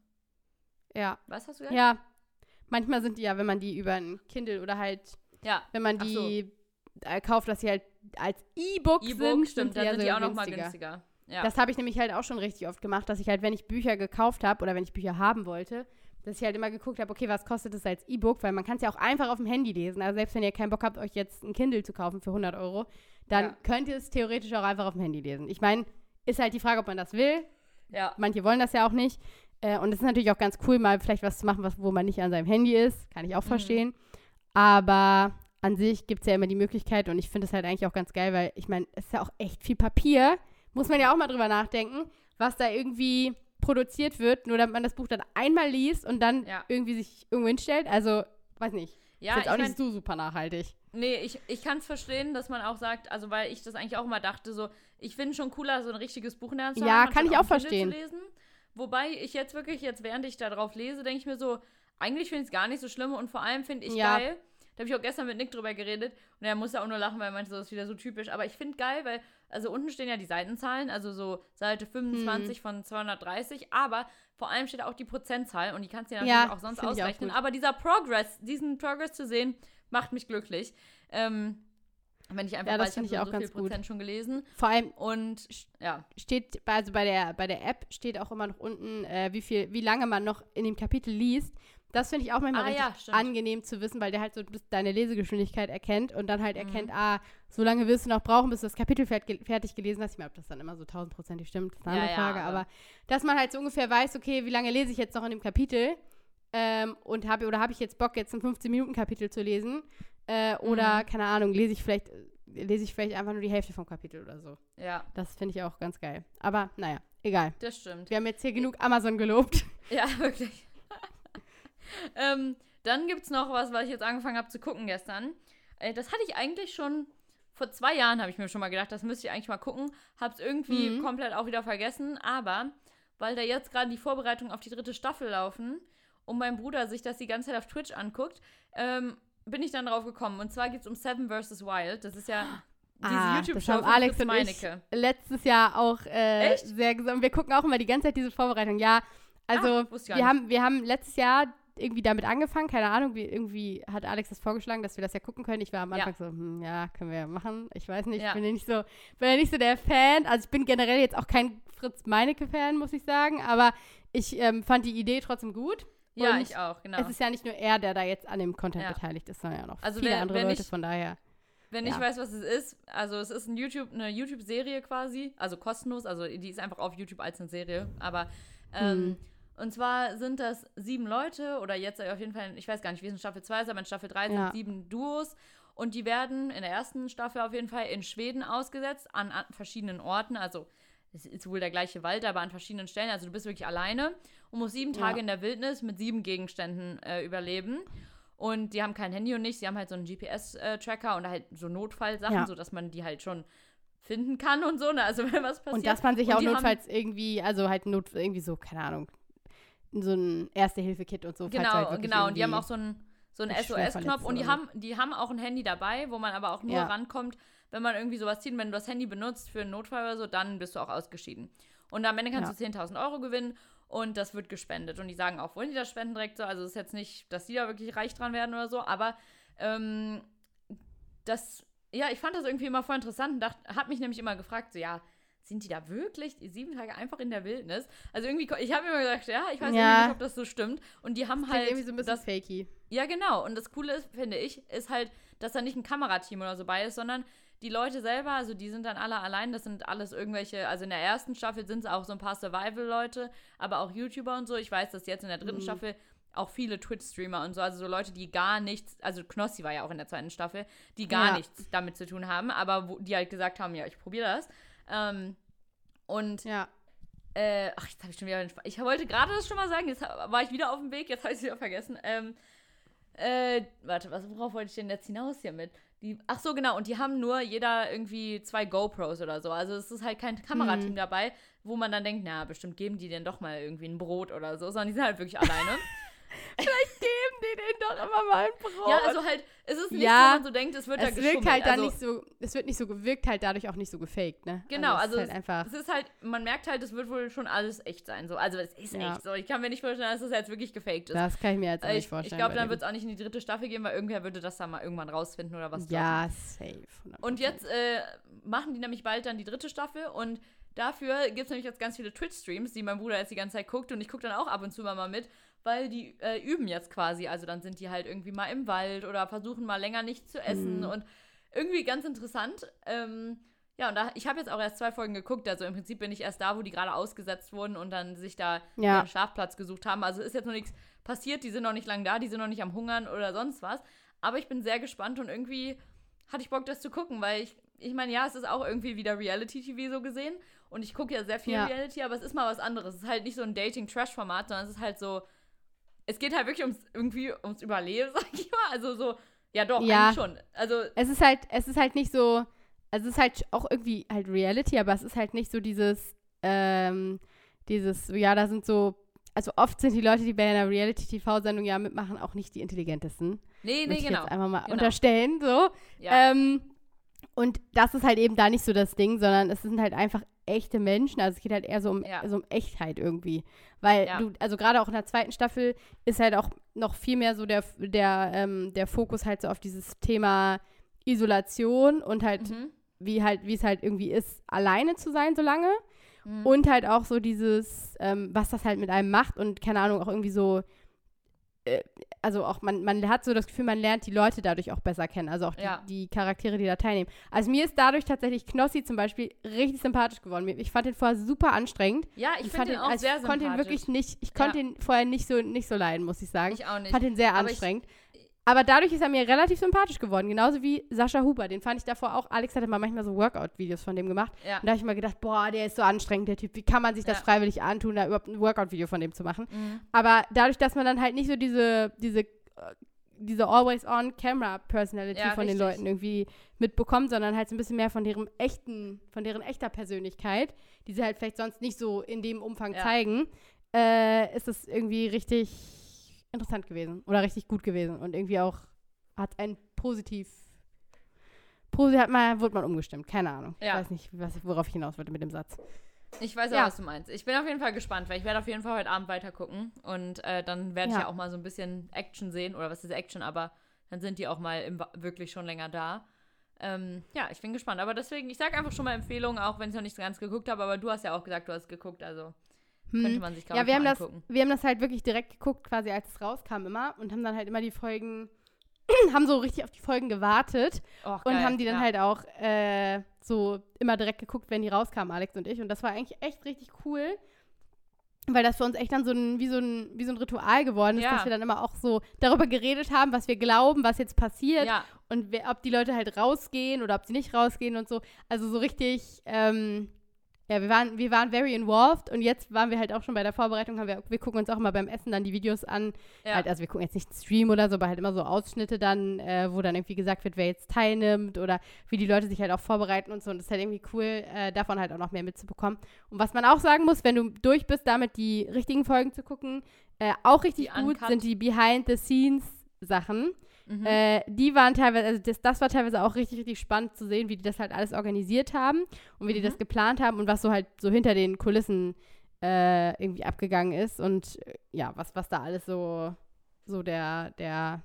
Speaker 1: Ja.
Speaker 2: Was hast du gesagt?
Speaker 1: Ja. Manchmal sind die ja, wenn man die über ein Kindle oder halt,
Speaker 2: Ja.
Speaker 1: wenn man
Speaker 2: Ach
Speaker 1: die äh, kauft, dass sie halt als E-Book sind,
Speaker 2: E-Book,
Speaker 1: sind
Speaker 2: stimmt,
Speaker 1: sie
Speaker 2: dann
Speaker 1: ja
Speaker 2: sind die
Speaker 1: sogar
Speaker 2: auch nochmal
Speaker 1: günstiger.
Speaker 2: günstiger. Ja.
Speaker 1: Das habe ich nämlich halt auch schon richtig oft gemacht, dass ich halt, wenn ich Bücher gekauft habe oder wenn ich Bücher haben wollte, dass ich halt immer geguckt habe, okay, was kostet es als E-Book, weil man kann es ja auch einfach auf dem Handy lesen. Also selbst wenn ihr keinen Bock habt, euch jetzt ein Kindle zu kaufen für hundert Euro, dann
Speaker 2: Ja.
Speaker 1: könnt ihr es theoretisch auch einfach auf dem Handy lesen. Ich meine, ist halt die Frage, ob man das will.
Speaker 2: ja.
Speaker 1: Manche wollen das ja auch nicht. Äh, und es ist natürlich auch ganz cool, mal vielleicht was zu machen, was, wo man nicht an seinem Handy ist. Kann ich auch
Speaker 2: Mhm.
Speaker 1: verstehen. Aber an sich gibt es ja immer die Möglichkeit und ich finde es halt eigentlich auch ganz geil, weil ich meine, es ist ja auch echt viel Papier. Muss man ja auch mal drüber nachdenken, was da irgendwie produziert wird, nur damit man das Buch dann einmal liest und dann
Speaker 2: Ja.
Speaker 1: irgendwie sich irgendwo hinstellt. Also, weiß nicht.
Speaker 2: Ja,
Speaker 1: ist jetzt auch
Speaker 2: ich mein,
Speaker 1: nicht so super nachhaltig.
Speaker 2: Nee, ich, ich kann es verstehen, dass man auch sagt, also weil ich das eigentlich auch immer dachte, so, ich finde schon cooler, so ein richtiges Buch in der Hand zu
Speaker 1: Ja,
Speaker 2: haben.
Speaker 1: kann ich
Speaker 2: anstatt
Speaker 1: auch
Speaker 2: auf dem
Speaker 1: verstehen.
Speaker 2: Kindle Zu lesen. Wobei ich jetzt wirklich, jetzt während ich da drauf lese, denke ich mir so, eigentlich finde ich es gar nicht so schlimm und vor allem finde ich
Speaker 1: Ja.
Speaker 2: geil, da habe ich auch gestern mit Nick drüber geredet und er musste auch nur lachen, weil er meinte, so, das ist wieder so typisch. Aber ich finde geil, weil, also unten stehen ja die Seitenzahlen, also so Seite fünfundzwanzig
Speaker 1: hm.
Speaker 2: von zweihundertdreißig, aber vor allem steht auch die Prozentzahl und die kannst du ja
Speaker 1: Ja,
Speaker 2: natürlich auch sonst
Speaker 1: find ich auch
Speaker 2: ausrechnen.
Speaker 1: gut.
Speaker 2: Aber dieser Progress, diesen Progress zu sehen, macht mich glücklich. Ähm, wenn ich einfach
Speaker 1: Ja, das
Speaker 2: weiß, ich habe
Speaker 1: find ich
Speaker 2: so,
Speaker 1: auch
Speaker 2: so
Speaker 1: ganz
Speaker 2: viel Prozent
Speaker 1: gut.
Speaker 2: schon gelesen.
Speaker 1: Vor allem
Speaker 2: Und ja,
Speaker 1: steht, bei- also bei der, bei der App steht auch immer noch unten, äh, wie viel, wie lange man noch in dem Kapitel liest. Das finde ich auch manchmal
Speaker 2: Ah,
Speaker 1: richtig
Speaker 2: ja, stimmt.
Speaker 1: angenehm zu wissen, weil der halt so bis deine Lesegeschwindigkeit erkennt und dann halt
Speaker 2: Mhm.
Speaker 1: erkennt, ah, so lange wirst du noch brauchen, bis du das Kapitel fert- fertig gelesen hast. Ich meine, ob das dann immer so tausendprozentig stimmt, ist eine
Speaker 2: Ja,
Speaker 1: andere
Speaker 2: ja,
Speaker 1: Frage,
Speaker 2: aber-
Speaker 1: aber dass man halt so ungefähr weiß, okay, wie lange lese ich jetzt noch in dem Kapitel ähm, und habe oder habe ich jetzt Bock, jetzt ein fünfzehn-Minuten-Kapitel zu lesen äh, oder,
Speaker 2: Mhm.
Speaker 1: keine Ahnung, lese ich vielleicht lese ich vielleicht einfach nur die Hälfte vom Kapitel oder so.
Speaker 2: ja,
Speaker 1: Das finde ich auch ganz geil. Aber naja, egal.
Speaker 2: das stimmt.
Speaker 1: Wir haben jetzt hier genug Amazon gelobt.
Speaker 2: Ja, wirklich. ähm, dann gibt es noch was, was ich jetzt angefangen habe zu gucken gestern. Äh, das hatte ich eigentlich schon, vor zwei Jahren habe ich mir schon mal gedacht, das müsste ich eigentlich mal gucken. Hab's irgendwie
Speaker 1: Mhm.
Speaker 2: komplett auch wieder vergessen, aber weil da jetzt gerade die Vorbereitungen auf die dritte Staffel laufen und mein Bruder sich das die ganze Zeit auf Twitch anguckt, ähm, bin ich dann drauf gekommen. Und zwar geht es um Seven versus. Wild. Das ist ja diese
Speaker 1: Ah,
Speaker 2: YouTube-Show
Speaker 1: das haben
Speaker 2: von
Speaker 1: Alex
Speaker 2: Fritz
Speaker 1: und ich
Speaker 2: Meinecke.
Speaker 1: letztes Jahr auch äh,
Speaker 2: Echt?
Speaker 1: sehr gesagt. Wir gucken auch immer die ganze Zeit diese Vorbereitung. Ja, also
Speaker 2: Ah, wusste ich
Speaker 1: wir
Speaker 2: gar nicht.
Speaker 1: haben, wir haben letztes Jahr irgendwie damit angefangen, keine Ahnung, wie, irgendwie hat Alex das vorgeschlagen, dass wir das ja gucken können. Ich war am
Speaker 2: Ja.
Speaker 1: Anfang so, hm, ja, können wir ja machen. Ich weiß nicht,
Speaker 2: Ja.
Speaker 1: ich bin ja nicht so, bin ja nicht so der Fan. Also ich bin generell jetzt auch kein Fritz Meinecke-Fan, muss ich sagen, aber ich ähm, fand die Idee trotzdem gut.
Speaker 2: Ja,
Speaker 1: Und
Speaker 2: ich auch, genau.
Speaker 1: Es ist ja nicht nur er, der da jetzt an dem Content
Speaker 2: Ja.
Speaker 1: beteiligt ist, sondern ja noch
Speaker 2: Also
Speaker 1: viele
Speaker 2: wer-
Speaker 1: andere
Speaker 2: wer
Speaker 1: Leute,
Speaker 2: nicht-
Speaker 1: von daher.
Speaker 2: Wenn
Speaker 1: Ja.
Speaker 2: ich weiß, was es ist, also es ist ein YouTube, eine YouTube-Serie quasi, also kostenlos, also die ist einfach auf YouTube als eine Serie, aber ähm,
Speaker 1: Hm.
Speaker 2: und zwar sind das sieben Leute oder jetzt auf jeden Fall, ich weiß gar nicht, wie es in Staffel zwei ist, aber in Staffel drei sind
Speaker 1: Ja.
Speaker 2: sieben Duos und die werden in der ersten Staffel auf jeden Fall in Schweden ausgesetzt, an, an verschiedenen Orten, also es ist wohl der gleiche Wald, aber an verschiedenen Stellen, also du bist wirklich alleine und musst sieben Tage
Speaker 1: Ja.
Speaker 2: in der Wildnis mit sieben Gegenständen äh, überleben. Und die haben kein Handy und nichts, die haben halt so einen G P S-Tracker und halt so Notfallsachen,
Speaker 1: Ja.
Speaker 2: sodass man die halt schon finden kann und so, ne? Also wenn was passiert.
Speaker 1: Und dass man sich
Speaker 2: Und
Speaker 1: auch
Speaker 2: die haben-
Speaker 1: notfalls irgendwie, also halt not, irgendwie so, keine Ahnung, so ein Erste-Hilfe-Kit und so. falls
Speaker 2: Genau,
Speaker 1: halt wirklich
Speaker 2: genau. Und die haben
Speaker 1: irgendwie-
Speaker 2: auch so einen, so einen
Speaker 1: sich schwer
Speaker 2: S O S-Knopf
Speaker 1: verletzt
Speaker 2: und die
Speaker 1: oder
Speaker 2: haben, die haben auch ein Handy dabei, wo man aber auch nur
Speaker 1: Ja.
Speaker 2: rankommt, wenn man irgendwie sowas zieht. Und wenn du das Handy benutzt für einen Notfall oder so, dann bist du auch ausgeschieden. Und am Ende kannst
Speaker 1: Ja.
Speaker 2: du zehntausend Euro gewinnen und das wird gespendet. Und die sagen auch, wollen die das spenden direkt so? Also es ist jetzt nicht, dass die da wirklich reich dran werden oder so, aber ähm, das, ja, ich fand das irgendwie immer voll interessant und dachte, hab mich nämlich immer gefragt, so ja, sind die da wirklich die sieben Tage einfach in der Wildnis? Also irgendwie, ko- ich habe mir immer gedacht, ja, ich weiß
Speaker 1: Ja.
Speaker 2: nicht, ob das so stimmt. Und die haben
Speaker 1: Klingt
Speaker 2: halt
Speaker 1: irgendwie so ein bisschen
Speaker 2: das,
Speaker 1: fakey.
Speaker 2: ja, genau. Und das Coole ist, finde ich, ist halt, dass da nicht ein Kamerateam oder so bei ist, sondern die Leute selber, also die sind dann alle allein, das sind alles irgendwelche, also in der ersten Staffel sind es auch so ein paar Survival-Leute, aber auch YouTuber und so. Ich weiß, dass jetzt in der dritten
Speaker 1: Mhm.
Speaker 2: Staffel auch viele Twitch-Streamer und so, also so Leute, die gar nichts, also Knossi war ja auch in der zweiten Staffel, die gar
Speaker 1: Ja.
Speaker 2: nichts damit zu tun haben, aber wo, die halt gesagt haben, ja, ich probiere das. Ähm, und
Speaker 1: Ja.
Speaker 2: äh, ach, jetzt habe ich schon wieder. Ich wollte gerade das schon mal sagen, jetzt war ich wieder auf dem Weg, jetzt habe ich es wieder vergessen. Ähm, äh, warte, was, worauf wollte ich denn jetzt hinaus hier mit? Die, ach so, genau, und die haben nur jeder irgendwie zwei GoPros oder so. Also es ist halt kein Kamerateam
Speaker 1: Mhm.
Speaker 2: dabei, wo man dann denkt, na, bestimmt geben die denn doch mal irgendwie ein Brot oder so, sondern die sind halt wirklich alleine.
Speaker 1: Geben die denen doch immer mal ein Brot.
Speaker 2: Ja, also halt, es ist nicht
Speaker 1: Ja,
Speaker 2: so, man so denkt, es wird da
Speaker 1: es
Speaker 2: geschummelt.
Speaker 1: wirkt halt da
Speaker 2: also,
Speaker 1: nicht so, es wird nicht so gewirkt halt dadurch auch nicht so gefaked, ne?
Speaker 2: Genau,
Speaker 1: es
Speaker 2: also
Speaker 1: ist halt einfach,
Speaker 2: Es ist halt, man merkt halt, es wird wohl schon alles echt sein. So. Also es ist
Speaker 1: Ja.
Speaker 2: echt so. Ich kann mir nicht vorstellen, dass das jetzt wirklich gefaked ist.
Speaker 1: das kann ich mir jetzt auch
Speaker 2: Äh,
Speaker 1: nicht
Speaker 2: ich
Speaker 1: vorstellen.
Speaker 2: ich glaube,
Speaker 1: bei
Speaker 2: dann
Speaker 1: dem.
Speaker 2: wird es auch nicht in die dritte Staffel gehen, weil irgendwer würde das dann mal irgendwann rausfinden oder was.
Speaker 1: Ja, safe. hundert
Speaker 2: Und
Speaker 1: Prozent.
Speaker 2: jetzt äh, machen die nämlich bald dann die dritte Staffel und dafür gibt es nämlich jetzt ganz viele Twitch-Streams, die mein Bruder jetzt die ganze Zeit guckt und ich gucke dann auch ab und zu mal, mal mit, weil die äh, üben jetzt quasi. Also dann sind die halt irgendwie mal im Wald oder versuchen mal länger nichts zu essen
Speaker 1: Mhm.
Speaker 2: und irgendwie ganz interessant. Ähm, ja, und da, ich habe jetzt auch erst zwei Folgen geguckt, also im Prinzip bin ich erst da, wo die gerade ausgesetzt wurden und dann sich da
Speaker 1: Ja.
Speaker 2: ihren Schlafplatz gesucht haben. Also ist jetzt noch nichts passiert, die sind noch nicht lang da, die sind noch nicht am Hungern oder sonst was. Aber ich bin sehr gespannt und irgendwie hatte ich Bock, das zu gucken, weil ich, ich meine, ja, es ist auch irgendwie wieder Reality-T V so gesehen und ich gucke ja sehr viel
Speaker 1: Ja.
Speaker 2: Reality, aber es ist mal was anderes. Es ist halt nicht so ein Dating-Trash-Format, sondern es ist halt so, es geht halt wirklich ums, irgendwie ums Überleben, sag ich mal. Also so, ja doch,
Speaker 1: Ja.
Speaker 2: eigentlich schon. Also,
Speaker 1: Es ist halt, es ist halt nicht so, also es ist halt auch irgendwie halt Reality, aber es ist halt nicht so dieses, ähm, dieses, ja, da sind so, also oft sind die Leute, die bei einer Reality-T V-Sendung ja mitmachen, auch nicht die intelligentesten.
Speaker 2: nee, nee,
Speaker 1: Möchte ich
Speaker 2: genau.
Speaker 1: jetzt einfach mal
Speaker 2: Genau.
Speaker 1: unterstellen, so.
Speaker 2: Ja.
Speaker 1: Ähm, und das ist halt eben da nicht so das Ding, sondern es sind halt einfach echte Menschen. Also es geht halt eher so um,
Speaker 2: Ja.
Speaker 1: so um Echtheit irgendwie. Weil
Speaker 2: Ja.
Speaker 1: du, also gerade auch in der zweiten Staffel ist halt auch noch viel mehr so der, der, ähm, der Fokus halt so auf dieses Thema Isolation und halt,
Speaker 2: Mhm.
Speaker 1: wie halt, wie es halt irgendwie ist, alleine zu sein so lange.
Speaker 2: Mhm.
Speaker 1: Und halt auch so dieses, ähm, was das halt mit einem macht und keine Ahnung, auch irgendwie so, äh, also auch man, man hat so das Gefühl, man lernt die Leute dadurch auch besser kennen, also auch die,
Speaker 2: Ja.
Speaker 1: die Charaktere, die da teilnehmen. Also mir ist dadurch tatsächlich Knossi zum Beispiel richtig sympathisch geworden. Ich fand den vorher super anstrengend.
Speaker 2: Ja, ich,
Speaker 1: Ich
Speaker 2: finde
Speaker 1: fand
Speaker 2: den auch
Speaker 1: also
Speaker 2: sehr
Speaker 1: ich konnte ihn
Speaker 2: sympathisch.
Speaker 1: wirklich nicht, ich konnte
Speaker 2: Ja.
Speaker 1: ihn vorher nicht so, nicht so leiden, muss ich sagen.
Speaker 2: Ich auch nicht.
Speaker 1: fand ihn sehr
Speaker 2: Aber ich-
Speaker 1: anstrengend. Aber dadurch ist er mir relativ sympathisch geworden, genauso wie Sascha Huber. Den fand ich davor auch, Alex hatte mal manchmal so Workout-Videos von dem gemacht.
Speaker 2: Ja.
Speaker 1: Und da habe ich mal gedacht, boah, der ist so anstrengend, der Typ. Wie kann man sich das
Speaker 2: Ja.
Speaker 1: freiwillig antun, da überhaupt ein Workout-Video von dem zu machen?
Speaker 2: Mhm.
Speaker 1: Aber dadurch, dass man dann halt nicht so diese, diese, äh, diese Always-on-Camera-Personality
Speaker 2: Ja,
Speaker 1: von den
Speaker 2: richtig.
Speaker 1: Leuten irgendwie mitbekommt, sondern halt so ein bisschen mehr von deren echten, von deren echter Persönlichkeit, die sie halt vielleicht sonst nicht so in dem Umfang
Speaker 2: Ja.
Speaker 1: zeigen, äh, ist das irgendwie richtig interessant gewesen oder richtig gut gewesen und irgendwie auch hat ein positiv, posi hat mal, wurde man umgestimmt, keine Ahnung. Ich
Speaker 2: Ja.
Speaker 1: weiß nicht, was, worauf ich hinaus wollte mit dem Satz.
Speaker 2: Ich weiß
Speaker 1: Ja.
Speaker 2: auch, was du meinst. Ich bin auf jeden Fall gespannt, weil ich werde auf jeden Fall heute Abend weiter gucken und äh, dann werde ich
Speaker 1: Ja.
Speaker 2: ja auch mal so ein bisschen Action sehen oder was ist Action, aber dann sind die auch mal im, wirklich schon länger da. Ähm, ja, ich bin gespannt. Aber deswegen, ich sage einfach schon mal Empfehlungen, auch wenn ich noch nicht ganz geguckt habe, aber du hast ja auch gesagt, du hast geguckt, also
Speaker 1: Hm.
Speaker 2: könnte man sich, glaube
Speaker 1: Ja,
Speaker 2: ich,
Speaker 1: wir
Speaker 2: mal
Speaker 1: haben, das,
Speaker 2: angucken.
Speaker 1: wir haben das halt wirklich direkt geguckt, quasi als es rauskam immer und haben dann halt immer die Folgen, haben so richtig auf die Folgen gewartet
Speaker 2: Oh,
Speaker 1: und
Speaker 2: geil.
Speaker 1: haben die dann
Speaker 2: ja.
Speaker 1: halt auch äh, so immer direkt geguckt, wenn die rauskamen, Alex und ich. Und das war eigentlich echt richtig cool, weil das für uns echt dann so ein, wie so ein, wie so ein Ritual geworden ist,
Speaker 2: Ja.
Speaker 1: dass wir dann immer auch so darüber geredet haben, was wir glauben, was jetzt passiert
Speaker 2: Ja,
Speaker 1: und wer, ob die Leute halt rausgehen oder ob sie nicht rausgehen und so. Also so richtig, ähm, ja, wir waren, wir waren very involved und jetzt waren wir halt auch schon bei der Vorbereitung, haben wir, wir gucken uns auch immer beim Essen dann die Videos an.
Speaker 2: ja.
Speaker 1: Halt, also wir gucken jetzt nicht einen Stream oder so, aber halt immer so Ausschnitte dann, äh, wo dann irgendwie gesagt wird, wer jetzt teilnimmt oder wie die Leute sich halt auch vorbereiten und so. Und das ist halt irgendwie cool, äh, davon halt auch noch mehr mitzubekommen. Und was man auch sagen muss, wenn du durch bist, damit die richtigen Folgen zu gucken, äh, auch richtig
Speaker 2: Die
Speaker 1: gut
Speaker 2: Uncut.
Speaker 1: sind die Behind-the-Scenes-Sachen.
Speaker 2: Mhm.
Speaker 1: Äh, die waren teilweise, also das, das war teilweise auch richtig, richtig spannend zu sehen, wie die das halt alles organisiert haben und wie die
Speaker 2: Mhm.
Speaker 1: das geplant haben und was so halt so hinter den Kulissen äh, irgendwie abgegangen ist und äh, ja, was, was da alles so, so der, der,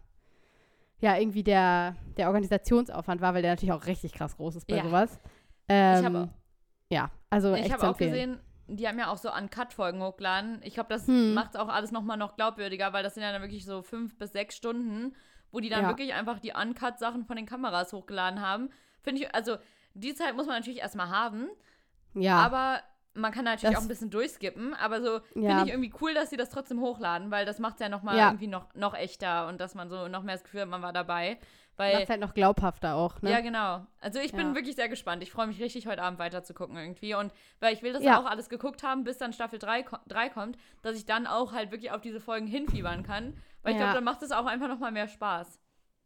Speaker 1: ja, irgendwie der, der Organisationsaufwand war, weil der natürlich auch richtig krass groß ist bei
Speaker 2: Ja.
Speaker 1: sowas. Ähm,
Speaker 2: habe-
Speaker 1: ja, also
Speaker 2: Ich
Speaker 1: echt
Speaker 2: habe
Speaker 1: zu
Speaker 2: auch
Speaker 1: empfehlen.
Speaker 2: gesehen, die haben ja auch so Uncut-Folgen hochgeladen. Ich glaube, das
Speaker 1: Hm.
Speaker 2: macht auch alles nochmal noch glaubwürdiger, weil das sind ja dann wirklich so fünf bis sechs Stunden, wo die dann
Speaker 1: Ja.
Speaker 2: wirklich einfach die Uncut-Sachen von den Kameras hochgeladen haben. Finde ich, also die Zeit muss man natürlich erstmal haben,
Speaker 1: Ja,
Speaker 2: aber man kann natürlich
Speaker 1: Das-
Speaker 2: auch ein bisschen durchskippen. Aber so finde
Speaker 1: Ja.
Speaker 2: ich irgendwie cool, dass sie das trotzdem hochladen, weil das macht es ja nochmal
Speaker 1: Ja.
Speaker 2: irgendwie noch, noch echter und dass man so noch mehr das Gefühl hat, man war dabei. Weil
Speaker 1: macht halt noch glaubhafter auch, ne?
Speaker 2: ja, genau. Also ich bin
Speaker 1: Ja.
Speaker 2: wirklich sehr gespannt. Ich freue mich richtig, heute Abend weiter zu gucken irgendwie. Und weil ich will das
Speaker 1: Ja.
Speaker 2: auch alles geguckt haben, bis dann Staffel drei kommt, dass ich dann auch halt wirklich auf diese Folgen hinfiebern kann. Weil ich
Speaker 1: Ja.
Speaker 2: glaube, dann macht es auch einfach nochmal mehr Spaß.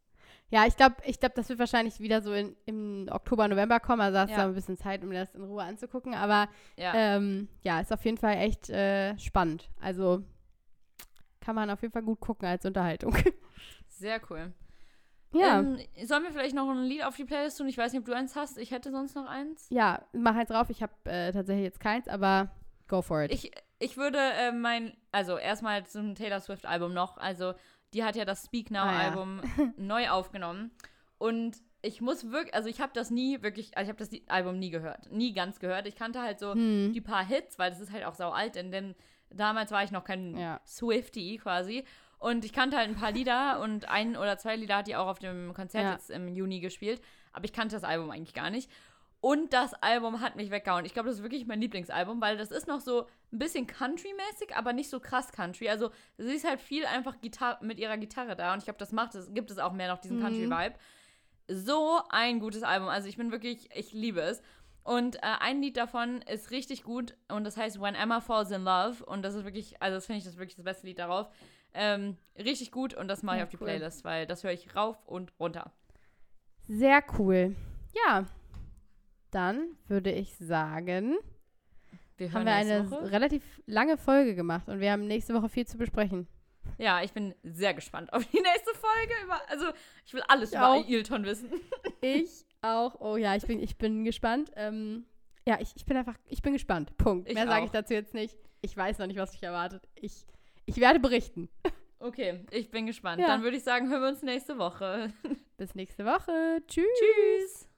Speaker 1: Ja, ich glaube, ich glaub, das wird wahrscheinlich wieder so in, im Oktober, November kommen. Also hast du
Speaker 2: Ja.
Speaker 1: da ein bisschen Zeit, um das in Ruhe anzugucken. Aber
Speaker 2: Ja.
Speaker 1: ähm, ja, ist auf jeden Fall echt äh, spannend. Also kann man auf jeden Fall gut gucken als Unterhaltung.
Speaker 2: Sehr cool.
Speaker 1: ja,
Speaker 2: Ähm, sollen wir vielleicht noch ein Lied auf die Playlist tun? Ich weiß nicht, ob du eins hast. Ich hätte sonst noch eins.
Speaker 1: ja, mach eins drauf. Ich habe äh, tatsächlich jetzt keins, aber go for it.
Speaker 2: Ich, ich würde äh, mein, also erstmal zum Taylor Swift Album noch. Also die hat ja das Speak Now
Speaker 1: Ah, ja.
Speaker 2: Album neu aufgenommen. Und ich muss wirklich, also ich habe das nie wirklich, also ich habe das die- Album nie gehört. Nie ganz gehört. Ich kannte halt so
Speaker 1: Hm.
Speaker 2: die paar Hits, weil das ist halt auch sau alt, denn, denn damals war ich noch kein
Speaker 1: Ja.
Speaker 2: Swiftie quasi. Und ich kannte halt ein paar Lieder und ein oder zwei Lieder hat die auch auf dem Konzert
Speaker 1: Ja.
Speaker 2: jetzt im Juni gespielt. Aber ich kannte das Album eigentlich gar nicht. Und das Album hat mich weggehauen. Ich glaube, das ist wirklich mein Lieblingsalbum, weil das ist noch so ein bisschen Country-mäßig, aber nicht so krass Country. Also sie ist halt viel einfach Gitar- mit ihrer Gitarre da und ich glaube, das macht es, gibt es auch mehr noch diesen
Speaker 1: Mhm.
Speaker 2: Country-Vibe. So ein gutes Album. Also ich bin wirklich, ich liebe es. Und äh, ein Lied davon ist richtig gut und das heißt When Emma Falls in Love und das ist wirklich, also das finde ich das wirklich das beste Lied darauf. Ähm, richtig gut und das mache ich
Speaker 1: Ja,
Speaker 2: auf die
Speaker 1: cool.
Speaker 2: Playlist, weil das höre ich rauf und runter.
Speaker 1: Sehr cool. Ja, dann würde ich sagen,
Speaker 2: Wir
Speaker 1: haben
Speaker 2: hören
Speaker 1: wir
Speaker 2: nächste
Speaker 1: eine
Speaker 2: Woche.
Speaker 1: relativ lange Folge gemacht und wir haben nächste Woche viel zu besprechen.
Speaker 2: Ja, ich bin sehr gespannt auf die nächste Folge. Über, also, ich will alles
Speaker 1: Ich
Speaker 2: über
Speaker 1: auch.
Speaker 2: Ailton wissen.
Speaker 1: Ich auch. Oh ja, ich bin, ich bin gespannt. Ähm, ja, ich, ich bin einfach, ich bin gespannt. Punkt.
Speaker 2: Ich
Speaker 1: Mehr sage
Speaker 2: auch.
Speaker 1: ich dazu jetzt nicht. Ich weiß noch nicht, was mich erwartet. Ich, ich werde berichten.
Speaker 2: Okay, ich bin gespannt.
Speaker 1: Ja.
Speaker 2: Dann würde ich sagen, hören wir uns nächste Woche.
Speaker 1: Bis nächste Woche. Tschüss.
Speaker 2: Tschüss.